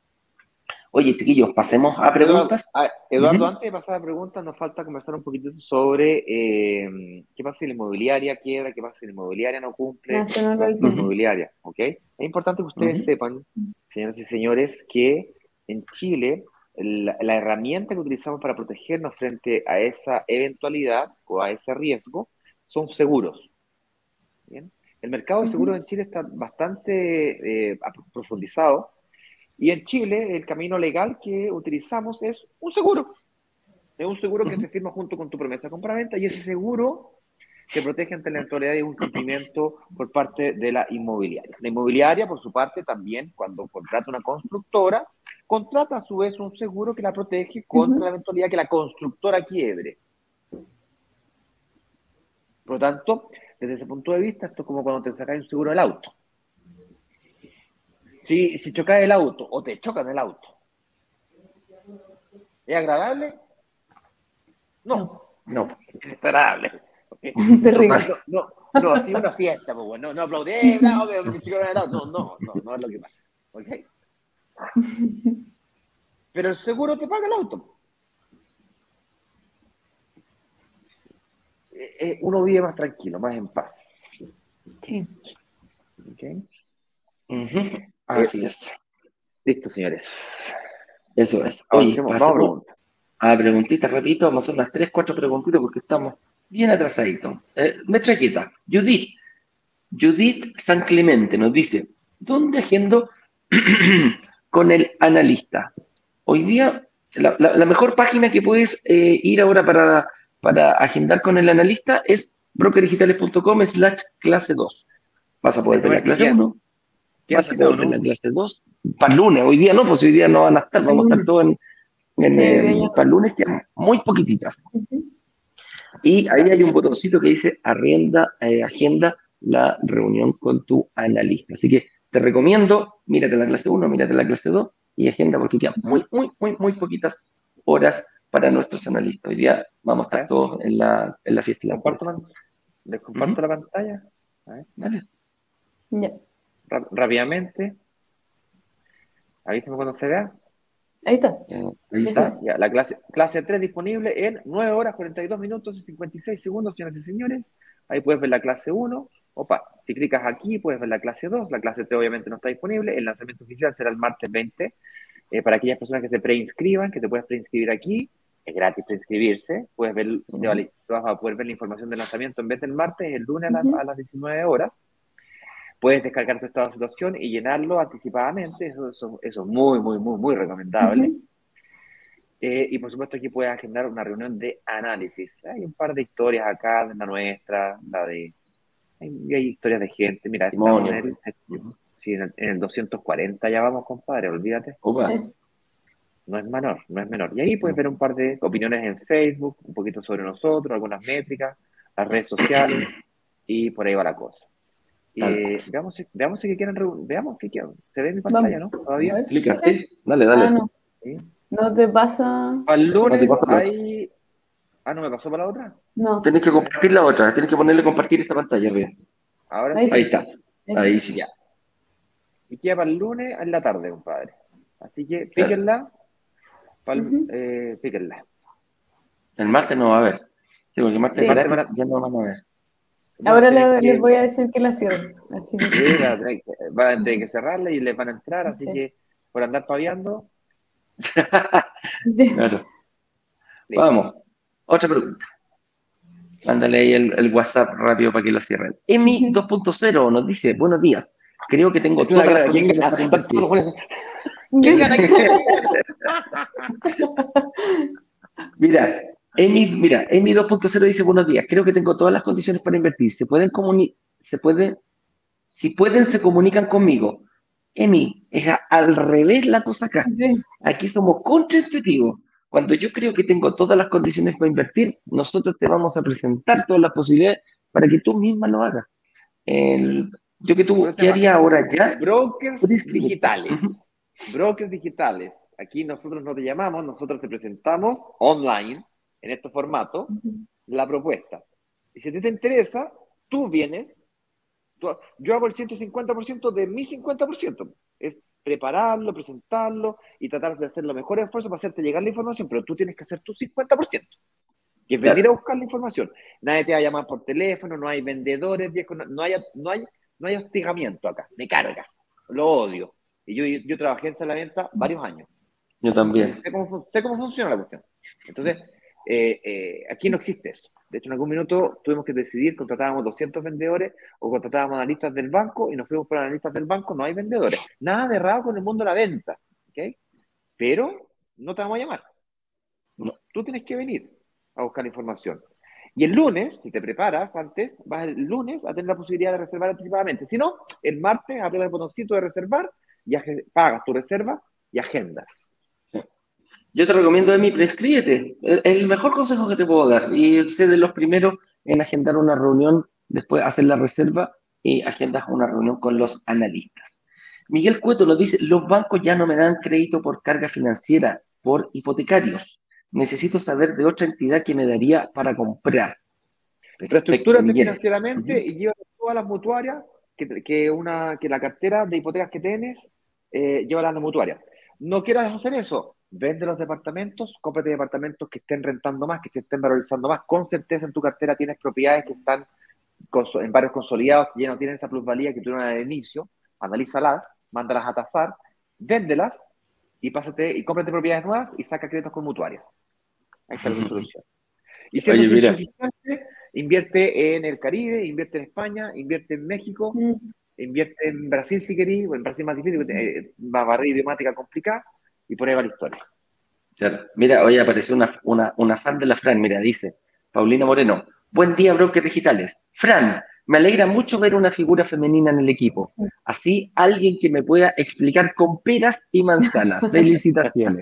Oye, chiquillos, pasemos a Eduardo, preguntas. ah, Eduardo, Ujú. antes de pasar a preguntas, nos falta conversar un poquito sobre eh, qué pasa si la inmobiliaria quiebra, qué pasa si la inmobiliaria no cumple, No, eso no qué lo pasa si la decimos. inmobiliaria, ¿ok? Es importante que ustedes Ujú. sepan, señoras y señores, que en Chile la, la herramienta que utilizamos para protegernos frente a esa eventualidad o a ese riesgo son seguros. ¿Bien? El mercado de seguros Ujú. en Chile está bastante eh, profundizado y en Chile el camino legal que utilizamos es un seguro. Es un seguro que Ujú. se firma junto con tu promesa de compraventa y ese seguro te protege ante la eventualidad de un incumplimiento por parte de la inmobiliaria. La inmobiliaria, por su parte, también cuando contrata una constructora, contrata a su vez un seguro que la protege contra la Ujú. eventualidad que la constructora quiebre. Por lo tanto, desde ese punto de vista, esto es como cuando te sacas un seguro del auto. Si, si chocas el auto o te chocan el auto, ¿es agradable? No, No, es desagradable. ¿Okay? Terrible. No, no, no, así una fiesta, pues, bueno, no, no aplaudí, bravo, me, me chocaron el auto. No, no, no, no es lo que pasa. ¿Ok? Pero el seguro te paga el auto. Eh, eh, uno vive más tranquilo, más en paz. Sí. ¿Ok? ujú. Eh, Así es. listo, señores. Eso es. Oye, Avancemos, vamos a pasemos preguntar. a preguntitas, repito, vamos a hacer unas tres, cuatro preguntitas porque estamos bien atrasaditos. Eh, nuestra quieta, Judith. Judith San Clemente nos dice, ¿dónde agendo con el analista? Hoy día, la, la- la mejor página que puedes eh, ir ahora para, para agendar con el analista es brokerdigitales.com slash clase dos. Vas a poder ver Déjame ver la si clase quedan, uno, quedan vas a citas o poder ver la no. clase dos. Para el lunes, hoy día no, pues hoy día no van a estar, El vamos a estar lunes. todos en, en, Sí, hoy día eh, ya. para el lunes, quedan muy poquititas. Ujú. Y ahí Ya. hay un botoncito que dice arrienda, eh, agenda la reunión con tu analista. Así que te recomiendo, mírate la clase uno, mírate la clase dos y agenda porque quedan muy, muy, muy, muy poquitas horas para nuestros analistas. Hoy día vamos a A estar ver, todos en la, en la fiesta y la comparto, empresa. man- les comparto Ujú. la pantalla. A ver, Dale. Ya. ra- rápidamente. Avísame cuando se vea. Ahí está. Eh, ahí Ya se está. ve. Ya, la clase, clase tres disponible en nueve horas, cuarenta y dos minutos y cincuenta y seis segundos, señoras y señores. Ahí puedes ver la clase uno. Opa, si clicas aquí puedes ver la clase dos. La clase tres obviamente no está disponible. El lanzamiento oficial será el martes veinte. Eh, para aquellas personas que se preinscriban, que te puedes preinscribir aquí. Es gratis preinscribirse. Puedes ver, te, va- Ujú. te vas a poder ver la información del lanzamiento en vez del martes, el lunes a, la- Ujú. a las diecinueve horas. Puedes descargar tu estado de situación y llenarlo anticipadamente. Eso, eso, eso es muy, muy, muy, muy recomendable. Ujú. Eh, y por supuesto aquí puedes agendar una reunión de análisis. Hay un par de historias acá, de la nuestra, la de... Hay, hay historias de gente. Mira, estamos en Testimonio. el, Ujú. sí, en el, en el doscientos cuarenta ya vamos, compadre, olvídate. Opa. No es menor, no es menor. Y ahí puedes Mm. ver un par de opiniones en Facebook, un poquito sobre nosotros, algunas métricas, las redes sociales, y por ahí va la cosa. Eh, veamos, si, veamos si que quieren reun- veamos qué quieren. Se ve en mi pantalla, Vamos. ¿no? Todavía. Clica, sí. Dale, dale. Ah, no. ¿Sí? No te pasa. Para el No te lunes pasa la otra. hay. Ah, ¿no me pasó para la otra? No. Tenés que compartir la otra. Tienes que ponerle compartir esta pantalla arriba. Ahora Ahí sí. Ahí está. Ahí sí. Ya. Y queda para el lunes en la tarde, compadre. Así que Claro. píquenla. Para el- Ujú. eh, píquenla. El martes no va a haber. Sí, porque el martes Sí. gratis Martes van a- ya no van a ver. No, Ahora tienen le- que- les voy a decir que la cierren. Así que. Sí, van a tener que, van a tener que cerrarla y les van a entrar, así Sí. que por andar paviando. Claro. listo. Vamos. Otra pregunta. Mándale ahí el, el WhatsApp rápido para que lo cierren. Emi dos punto cero nos dice, buenos días. Creo que tengo Esto es todas una las cara, ¿quién condiciones gana? para invertir. ¿Quién gana? ¿Quién gana? Mira, Emi, mira, Emi dos punto cero dice, buenos días. Creo que tengo todas las condiciones para invertir. Se pueden comunicar, se puede, si pueden, se comunican conmigo. Emi, es a- al revés la cosa acá. Sí. Aquí somos contraintuitivos. Cuando yo creo que tengo todas las condiciones para invertir, nosotros te vamos a presentar todas las posibilidades para que tú misma lo hagas. El- yo que tú, ¿Cómo se ¿qué llama? haría ahora ya? Brokers Puedes escribir. digitales. Ujú. Brokers digitales. Aquí nosotros no te llamamos, nosotros te presentamos online, en este formato, la propuesta. Y si a ti te interesa, tú vienes, tú- yo hago el ciento cincuenta por ciento de mi cincuenta por ciento. Es prepararlo, presentarlo y tratar de hacer los mejores esfuerzos para hacerte llegar la información, pero tú tienes que hacer tu cincuenta por ciento, que es Claro. venir a buscar la información. Nadie te va a llamar por teléfono, no hay vendedores, viejo, no, no hay, no, hay, no hay hostigamiento acá, me carga, lo odio. Y yo, yo, yo trabajé en sala de venta varios años. Yo también. Sé cómo, fun- sé cómo funciona la cuestión. Entonces, eh, eh, aquí no existe eso. De hecho, en algún minuto tuvimos que decidir, contratábamos doscientos vendedores o contratábamos analistas del banco y nos fuimos por analistas del banco, no hay vendedores. Nada de errado con el mundo de la venta, ¿ok? Pero no te vamos a llamar. No. Tú tienes que venir a buscar información. Y el lunes, si te preparas antes, vas el lunes a tener la posibilidad de reservar anticipadamente. Si no, el martes aprietas el botoncito de reservar y ag- pagas tu reserva y agendas. Yo te recomiendo, Emi, prescríbete. Es el mejor consejo que te puedo dar. Y sé de los primeros en agendar una reunión, después hacer la reserva y agendas una reunión con los analistas. Miguel Cueto nos dice, los bancos ya no me dan crédito por carga financiera, por hipotecarios. Necesito saber de otra entidad que me daría para comprar. Perfecto, Reestructúrate Miguel. financieramente Ujú. y lleva todas las mutuarias que, que, una, que la cartera de hipotecas que tienes, eh, llévala a la mutuaria. No quieras hacer eso, vende los departamentos, cómprate departamentos que estén rentando más, que se estén valorizando más. Con certeza en tu cartera tienes propiedades que están conso- en barrios consolidados, que ya no tienen esa plusvalía que tuvieron al inicio. Analízalas, mándalas a tasar, véndelas y pásate y cómprate propiedades nuevas y saca créditos con mutuarias. Ahí está la solución. Y si Oye, eso es mira. insuficiente, invierte en el Caribe, invierte en España, invierte en México, Mm. invierte en Brasil si querís, o en Brasil más difícil, eh, va barrera idiomática complicada, y por ahí va la historia. Claro. Mira, hoy apareció una, una, una fan de la Fran, mira, dice, Paulina Moreno, buen día, brokers digitales. Fran, me alegra mucho ver una figura femenina en el equipo. Así, alguien que me pueda explicar con peras y manzanas. Felicitaciones.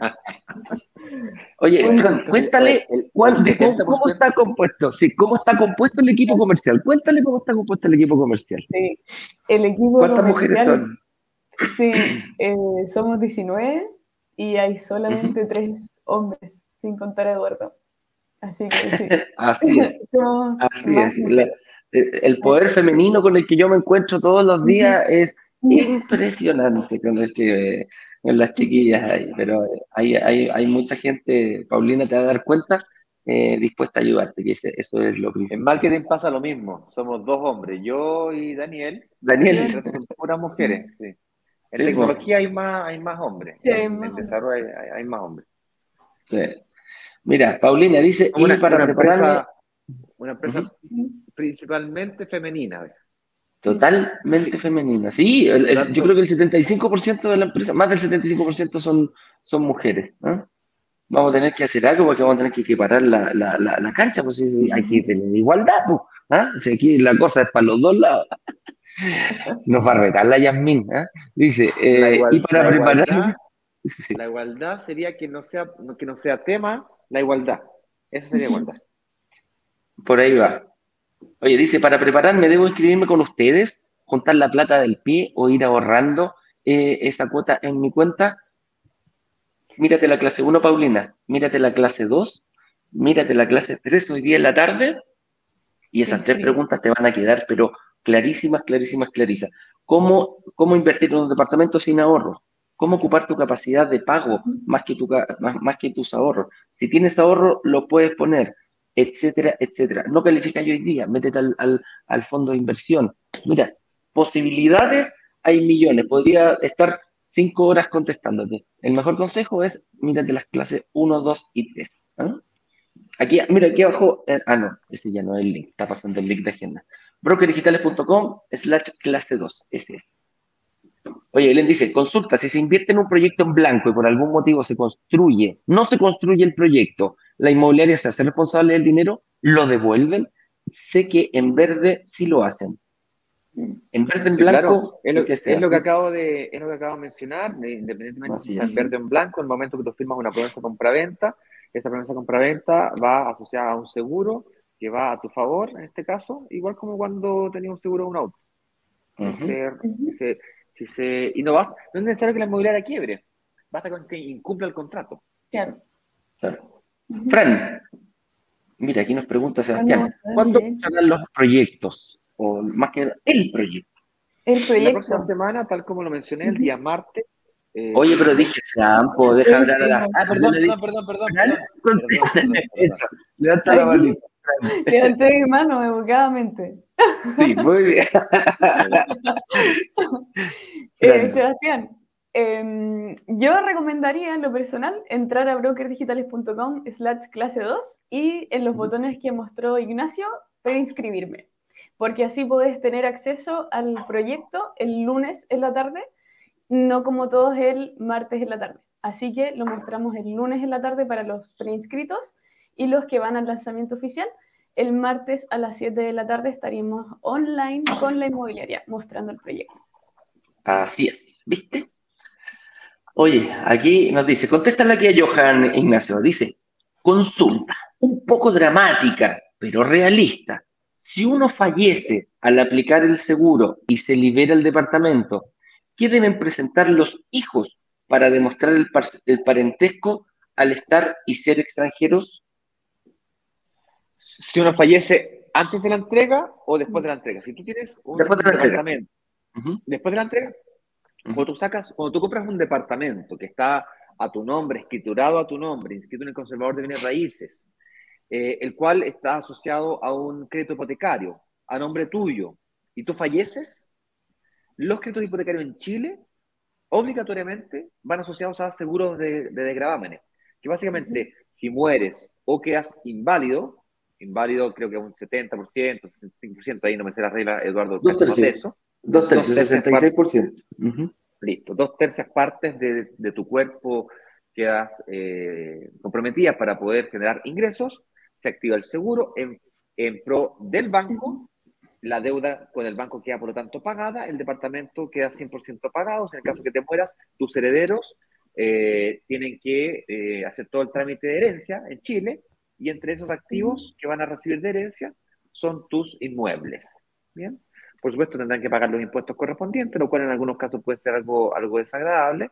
Oye, Bueno, Fran, cuéntale El- el- cuál- el de cómo, setenta por cómo ciento está compuesto, sí, cómo está compuesto el equipo comercial. Cuéntale cómo está compuesto el equipo comercial. Sí. El equipo ¿Cuántas mujeres comercial, son? sí, eh, somos diecinueve y hay solamente tres hombres, sin contar a Eduardo. Así que sí, Así es. somos Así más es. La- mujeres. el poder femenino con el que yo me encuentro todos los días es impresionante con el que con las chiquillas hay, pero hay, hay, hay mucha gente, Paulina, te va a dar cuenta, eh, dispuesta a ayudarte, que ese- eso es lo En principal. marketing pasa lo mismo, somos dos hombres, yo y Daniel, y Daniel, el resto son puras mujeres. Sí. En Sí, po. tecnología hay más, hay más hombres, Sí, hay en, más en hombres. desarrollo hay, hay más hombres. sí. Mira, Paulina dice, Somos y una, para una prepararme, empresa, una empresa Ujú. principalmente femenina. Totalmente Sí. femenina. Sí, el- el- Tanto- yo creo que el setenta y cinco por ciento de la empresa, más del setenta y cinco por ciento son, son mujeres. ¿No? Vamos a tener que hacer algo porque vamos a tener que equiparar la, la, la, la cancha, pues sí, hay que tener igualdad. Pues, ¿ah? Si aquí la cosa es para los dos lados. Nos va a retar la Yasmín. ¿Ah? Dice, eh, la, igual- y para la preparar... igualdad, la igualdad sería que no sea, que no sea tema la igualdad. Esa sería igualdad. Por ahí va. Oye, dice, para prepararme debo inscribirme con ustedes. juntar la plata del pie o ir ahorrando eh, esa cuota en mi cuenta, mírate la clase uno, Paulina, mírate la clase dos, mírate la clase tres hoy día en la tarde, y esas Sí, tres sí. preguntas te van a quedar, pero clarísimas, clarísimas, clarísimas. ¿Cómo, cómo invertir en un departamento sin ahorro? ¿Cómo ocupar tu capacidad de pago más que, tu, más, más que tus ahorros? Si tienes ahorro, lo puedes poner, etcétera, etcétera. No calificas hoy día, métete al, al, al fondo de inversión. Mira, posibilidades hay millones. Podría estar cinco horas contestándote. El mejor consejo es, mírate las clases uno, dos y tres. ¿eh? Aquí, mira, aquí abajo, eh, ah, no, ese ya no es el link, está pasando el link de agenda. brokerdigitales punto com slash clase dos, ese es. Oye, Elena dice, consulta, si se invierte en un proyecto en blanco y por algún motivo se construye, no se construye el proyecto, ¿la inmobiliaria se hace responsable del dinero? ¿Lo devuelven? Sé que en verde sí lo hacen. En verde, en Sí, claro, blanco, es lo, ¿en qué es sea? lo que acabo de, es lo que acabo de mencionar, de- independientemente si Así está en es. verde o en blanco, en el momento que tú firmas una promesa de compraventa, esa promesa de compraventa va asociada a un seguro que va a tu favor, en este caso, igual como cuando tenías un seguro de un auto. Ujú. Entonces, Ujú. si se, si se- y no, va, no es necesario que la inmobiliaria quiebre, basta con que incumpla el contrato. Claro. Claro. Ujú. Fran, mira, aquí nos pregunta Vamos Sebastián, a ver, ¿cuándo ok. empezarán los proyectos? O más que el proyecto. El La próxima proyecto. semana, tal como lo mencioné, el Ujú. día martes. eh, Oye, pero tenemos- dije, Campo, deja Hoy hablar a sí, la... no. Ah, Yo perdón, le perdón, dije, perdón, perdón, Fran, perdón. Perdón, contéstame perdón, perdón. eso. Levanta la Aquí manita. Fran. levanté mi mano evocadamente. Sí, muy bien. Eh, Fran. Sebastián, em, yo recomendaría en lo personal entrar a brokerdigitales punto com slash clase dos y en los botones que mostró Ignacio, preinscribirme, porque así puedes tener acceso al proyecto el lunes en la tarde, no como todos el martes en la tarde. Así que lo mostramos el lunes en la tarde para los preinscritos y los que van al lanzamiento oficial. El martes a las siete de la tarde estaríamos online con la inmobiliaria mostrando el proyecto. Así es, ¿viste? Oye, aquí nos dice, contéstale aquí a Johan Ignacio, dice, consulta, un poco dramática, pero realista. Si uno fallece al aplicar el seguro y se libera el departamento, ¿qué deben presentar los hijos para demostrar el, par- el parentesco al estar y ser extranjeros? Si uno fallece antes de la entrega o después de la entrega. Si tú tienes Después de un la entrega. departamento, Ujú, después de la entrega, ujú. cuando tú sacas, cuando tú compras un departamento que está a tu nombre, escriturado a tu nombre, inscrito en el conservador de bienes raíces, eh, el cual está asociado a un crédito hipotecario, a nombre tuyo, y tú falleces, los créditos hipotecarios en Chile obligatoriamente van asociados a seguros de, de desgravámenes, que básicamente si mueres o quedas inválido, inválido creo que un setenta por ciento, sesenta y cinco por ciento, ahí no me sé la regla, Eduardo, Dos cacho más de tercios. eso, Dos tercios, dos tercias sesenta y seis por ciento. Ujú. listo, dos tercias partes de, de tu cuerpo quedas eh, comprometidas para poder generar ingresos, se activa el seguro en, en pro del banco, la deuda con el banco queda por lo tanto pagada, el departamento queda cien por ciento pagado, en el caso que te mueras, tus herederos eh, tienen que eh, hacer todo el trámite de herencia en Chile, y entre esos activos que van a recibir de herencia son tus inmuebles. ¿Bien? Por supuesto tendrán que pagar los impuestos correspondientes, lo cual en algunos casos puede ser algo, algo desagradable.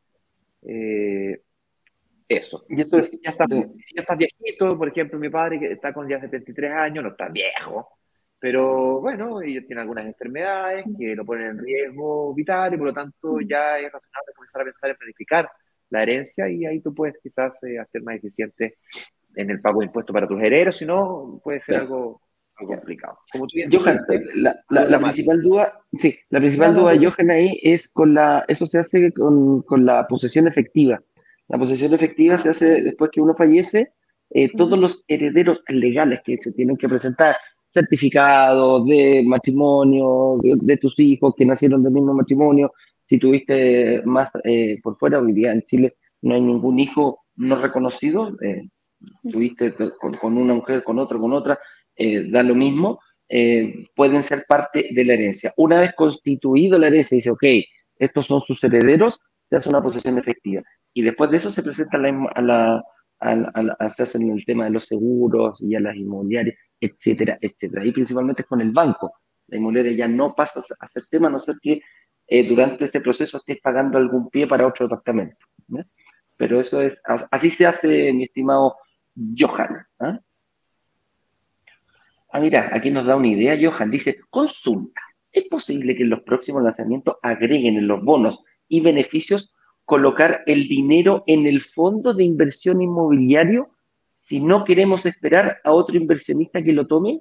Eh, eso. Y eso Y es, si ya, estás, sí. si ya estás viejito, por ejemplo, mi padre que está con ya setenta y tres años, no está viejo, pero bueno, ellos tienen algunas enfermedades que lo ponen en riesgo vital y por lo tanto ya es razonable comenzar a pensar en planificar la herencia y ahí tú puedes quizás eh, hacer más eficiente en el pago de impuestos para tus herederos, si no, puede ser Claro. algo, algo complicado. Como tú bien Johan, dijiste, la, la, algo la dramático. principal duda, sí, la principal Claro, duda, porque- Johan, ahí es con la, eso se hace con, con la posesión efectiva. La posesión efectiva se hace después que uno fallece, eh, todos Ujú. los herederos legales que se tienen que presentar, certificados de matrimonio, de, de tus hijos que nacieron del mismo matrimonio, si tuviste más eh, por fuera, hoy día en Chile no hay ningún hijo no reconocido, eh, tuviste con, con una mujer, con otra, con otra, eh, da lo mismo, eh, pueden ser parte de la herencia. Una vez constituido la herencia, dice, ok, estos son sus herederos, se hace una posesión efectiva. Y después de eso se presenta a la, a la, a la, a la se hacen el tema de los seguros y a las inmobiliarias, etcétera, etcétera. Y principalmente con el banco. La inmobiliaria ya no pasa a ser tema, a no ser que eh, durante ese proceso estés pagando algún pie para otro departamento, ¿no? Pero eso es, así se hace, mi estimado Johan. ¿eh? Ah, mira, aquí nos da una idea, Johan. Dice, consulta, ¿es posible que en los próximos lanzamientos agreguen en los bonos y beneficios colocar el dinero en el fondo de inversión inmobiliario si no queremos esperar a otro inversionista que lo tome?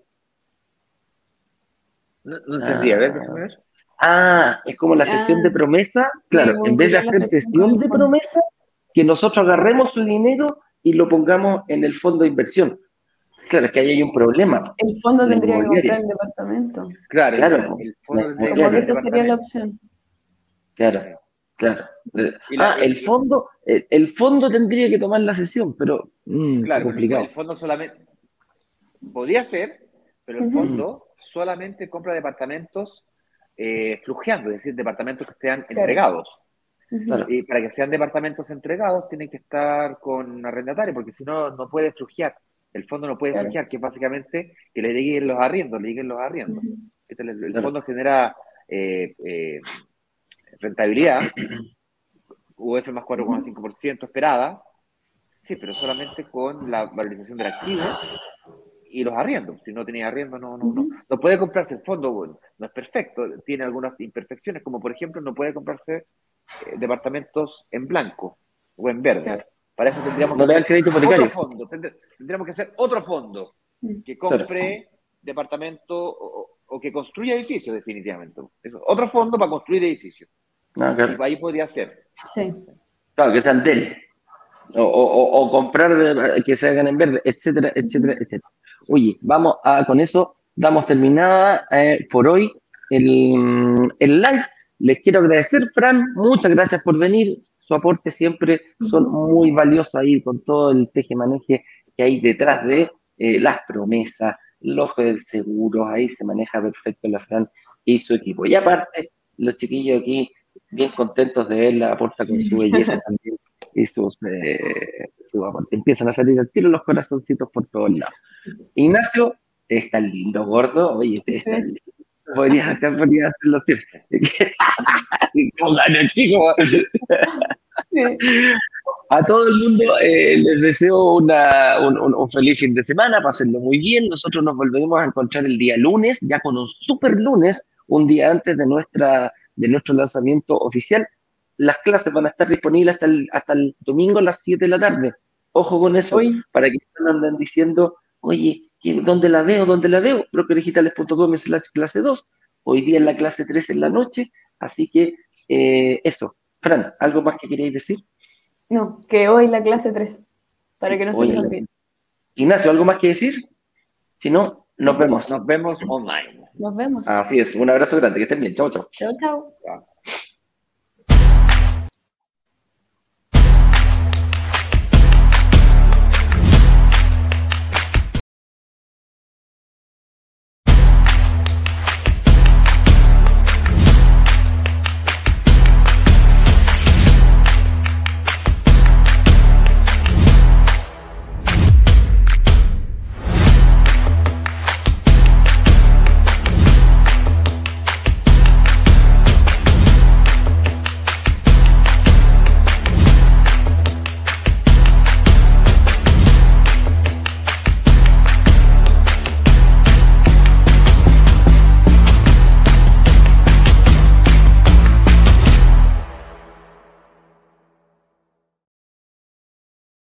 No, no entendí, a ver, déjame ver. Ah, es como la sesión Ah, de promesa. Claro, sí, en vez de vincular la hacer sesión con sesión el de fondo. promesa, que nosotros agarremos su dinero y lo pongamos en el fondo de inversión. Claro, es que ahí hay un problema. El fondo La tendría que inmobiliaria. comprar el departamento. Claro, Claro, el, po, el la fondo tendría que Como comprar que inmobiliaria. el esa sería la departamento. opción. Claro, Sí. claro. Eh, Y la, Ah, y- el fondo, eh, el fondo tendría que tomar la sesión, pero mm, está claro, pero el, fo- el complicado. fondo solamente, podría ser, pero el Ujú. Mm, fondo solamente compra departamentos eh, flujeando, es decir, departamentos que sean Claro. entregados. Ujú. claro, Y para que sean departamentos entregados, tienen que estar con arrendatario, porque si no, no puede flujear. El fondo no puede Claro. flujear, que es básicamente que le lleguen los arriendos, le lleguen los arriendos. Ujú. Este, el, el claro. fondo genera eh, eh, rentabilidad, U F más cuatro coma cinco por ciento esperada, sí, pero solamente con la valorización del activo y los arriendos. Si no tenía arriendo, no, no, no. Ujú. No puede comprarse el fondo, bueno, no es perfecto, tiene algunas imperfecciones, como por ejemplo no puede comprarse eh, departamentos en blanco o en verde. Claro. Para eso tendríamos No que le dan hacer crédito otro hipotecario. fondo, tend- tendríamos que hacer otro fondo Mm. que Claro. compre departamento o, o que construya edificios definitivamente. Eso, otro fondo para construir edificios. Ah, Y claro. ahí podría ser. Sí. Claro, que sean del. O, o- o comprar de- que se hagan en verde, etcétera, etcétera, etcétera. Oye, vamos a, con eso damos terminada eh, por hoy el, el live. Les quiero agradecer, Fran, muchas gracias por venir. Su aporte siempre son muy valiosos ahí con todo el teje-maneje que hay detrás de eh, las promesas, los del seguro, ahí se maneja perfecto la Fran y su equipo. Y aparte, los chiquillos aquí bien contentos de verla, aporta con su belleza también y sus, eh, su amor. Empiezan a salir al tiro los corazoncitos por todos lados. Ignacio, es tan lindo, gordo. Oye, es tan lindo. Podrías acá, podrías hacerlo siempre. Como gana, chico. Sí. A todo el mundo eh, les deseo una, un, un- un feliz fin de semana, pásenlo muy bien. Nosotros nos volveremos a encontrar el día lunes, ya con un super lunes, un día antes de, nuestra, de nuestro lanzamiento oficial. Las clases van a estar disponibles hasta el, hasta el domingo a las siete de la tarde. Ojo con eso, Hoy, para que no anden diciendo, oye, ¿qué- ¿dónde la veo? ¿Dónde la veo? brokerdigitales punto com slash clase dos. Hoy día en la clase tres en la noche. Así que eh, eso. Fran, ¿algo más que queréis decir? no, que hoy la clase tres, para que no se Oye, les olvide. Ignacio, ¿algo más que decir? Si no, nos vemos. Nos vemos online. Nos vemos. Así es, un abrazo grande, que estén bien. Chao, chao. Chao, chao. Chao.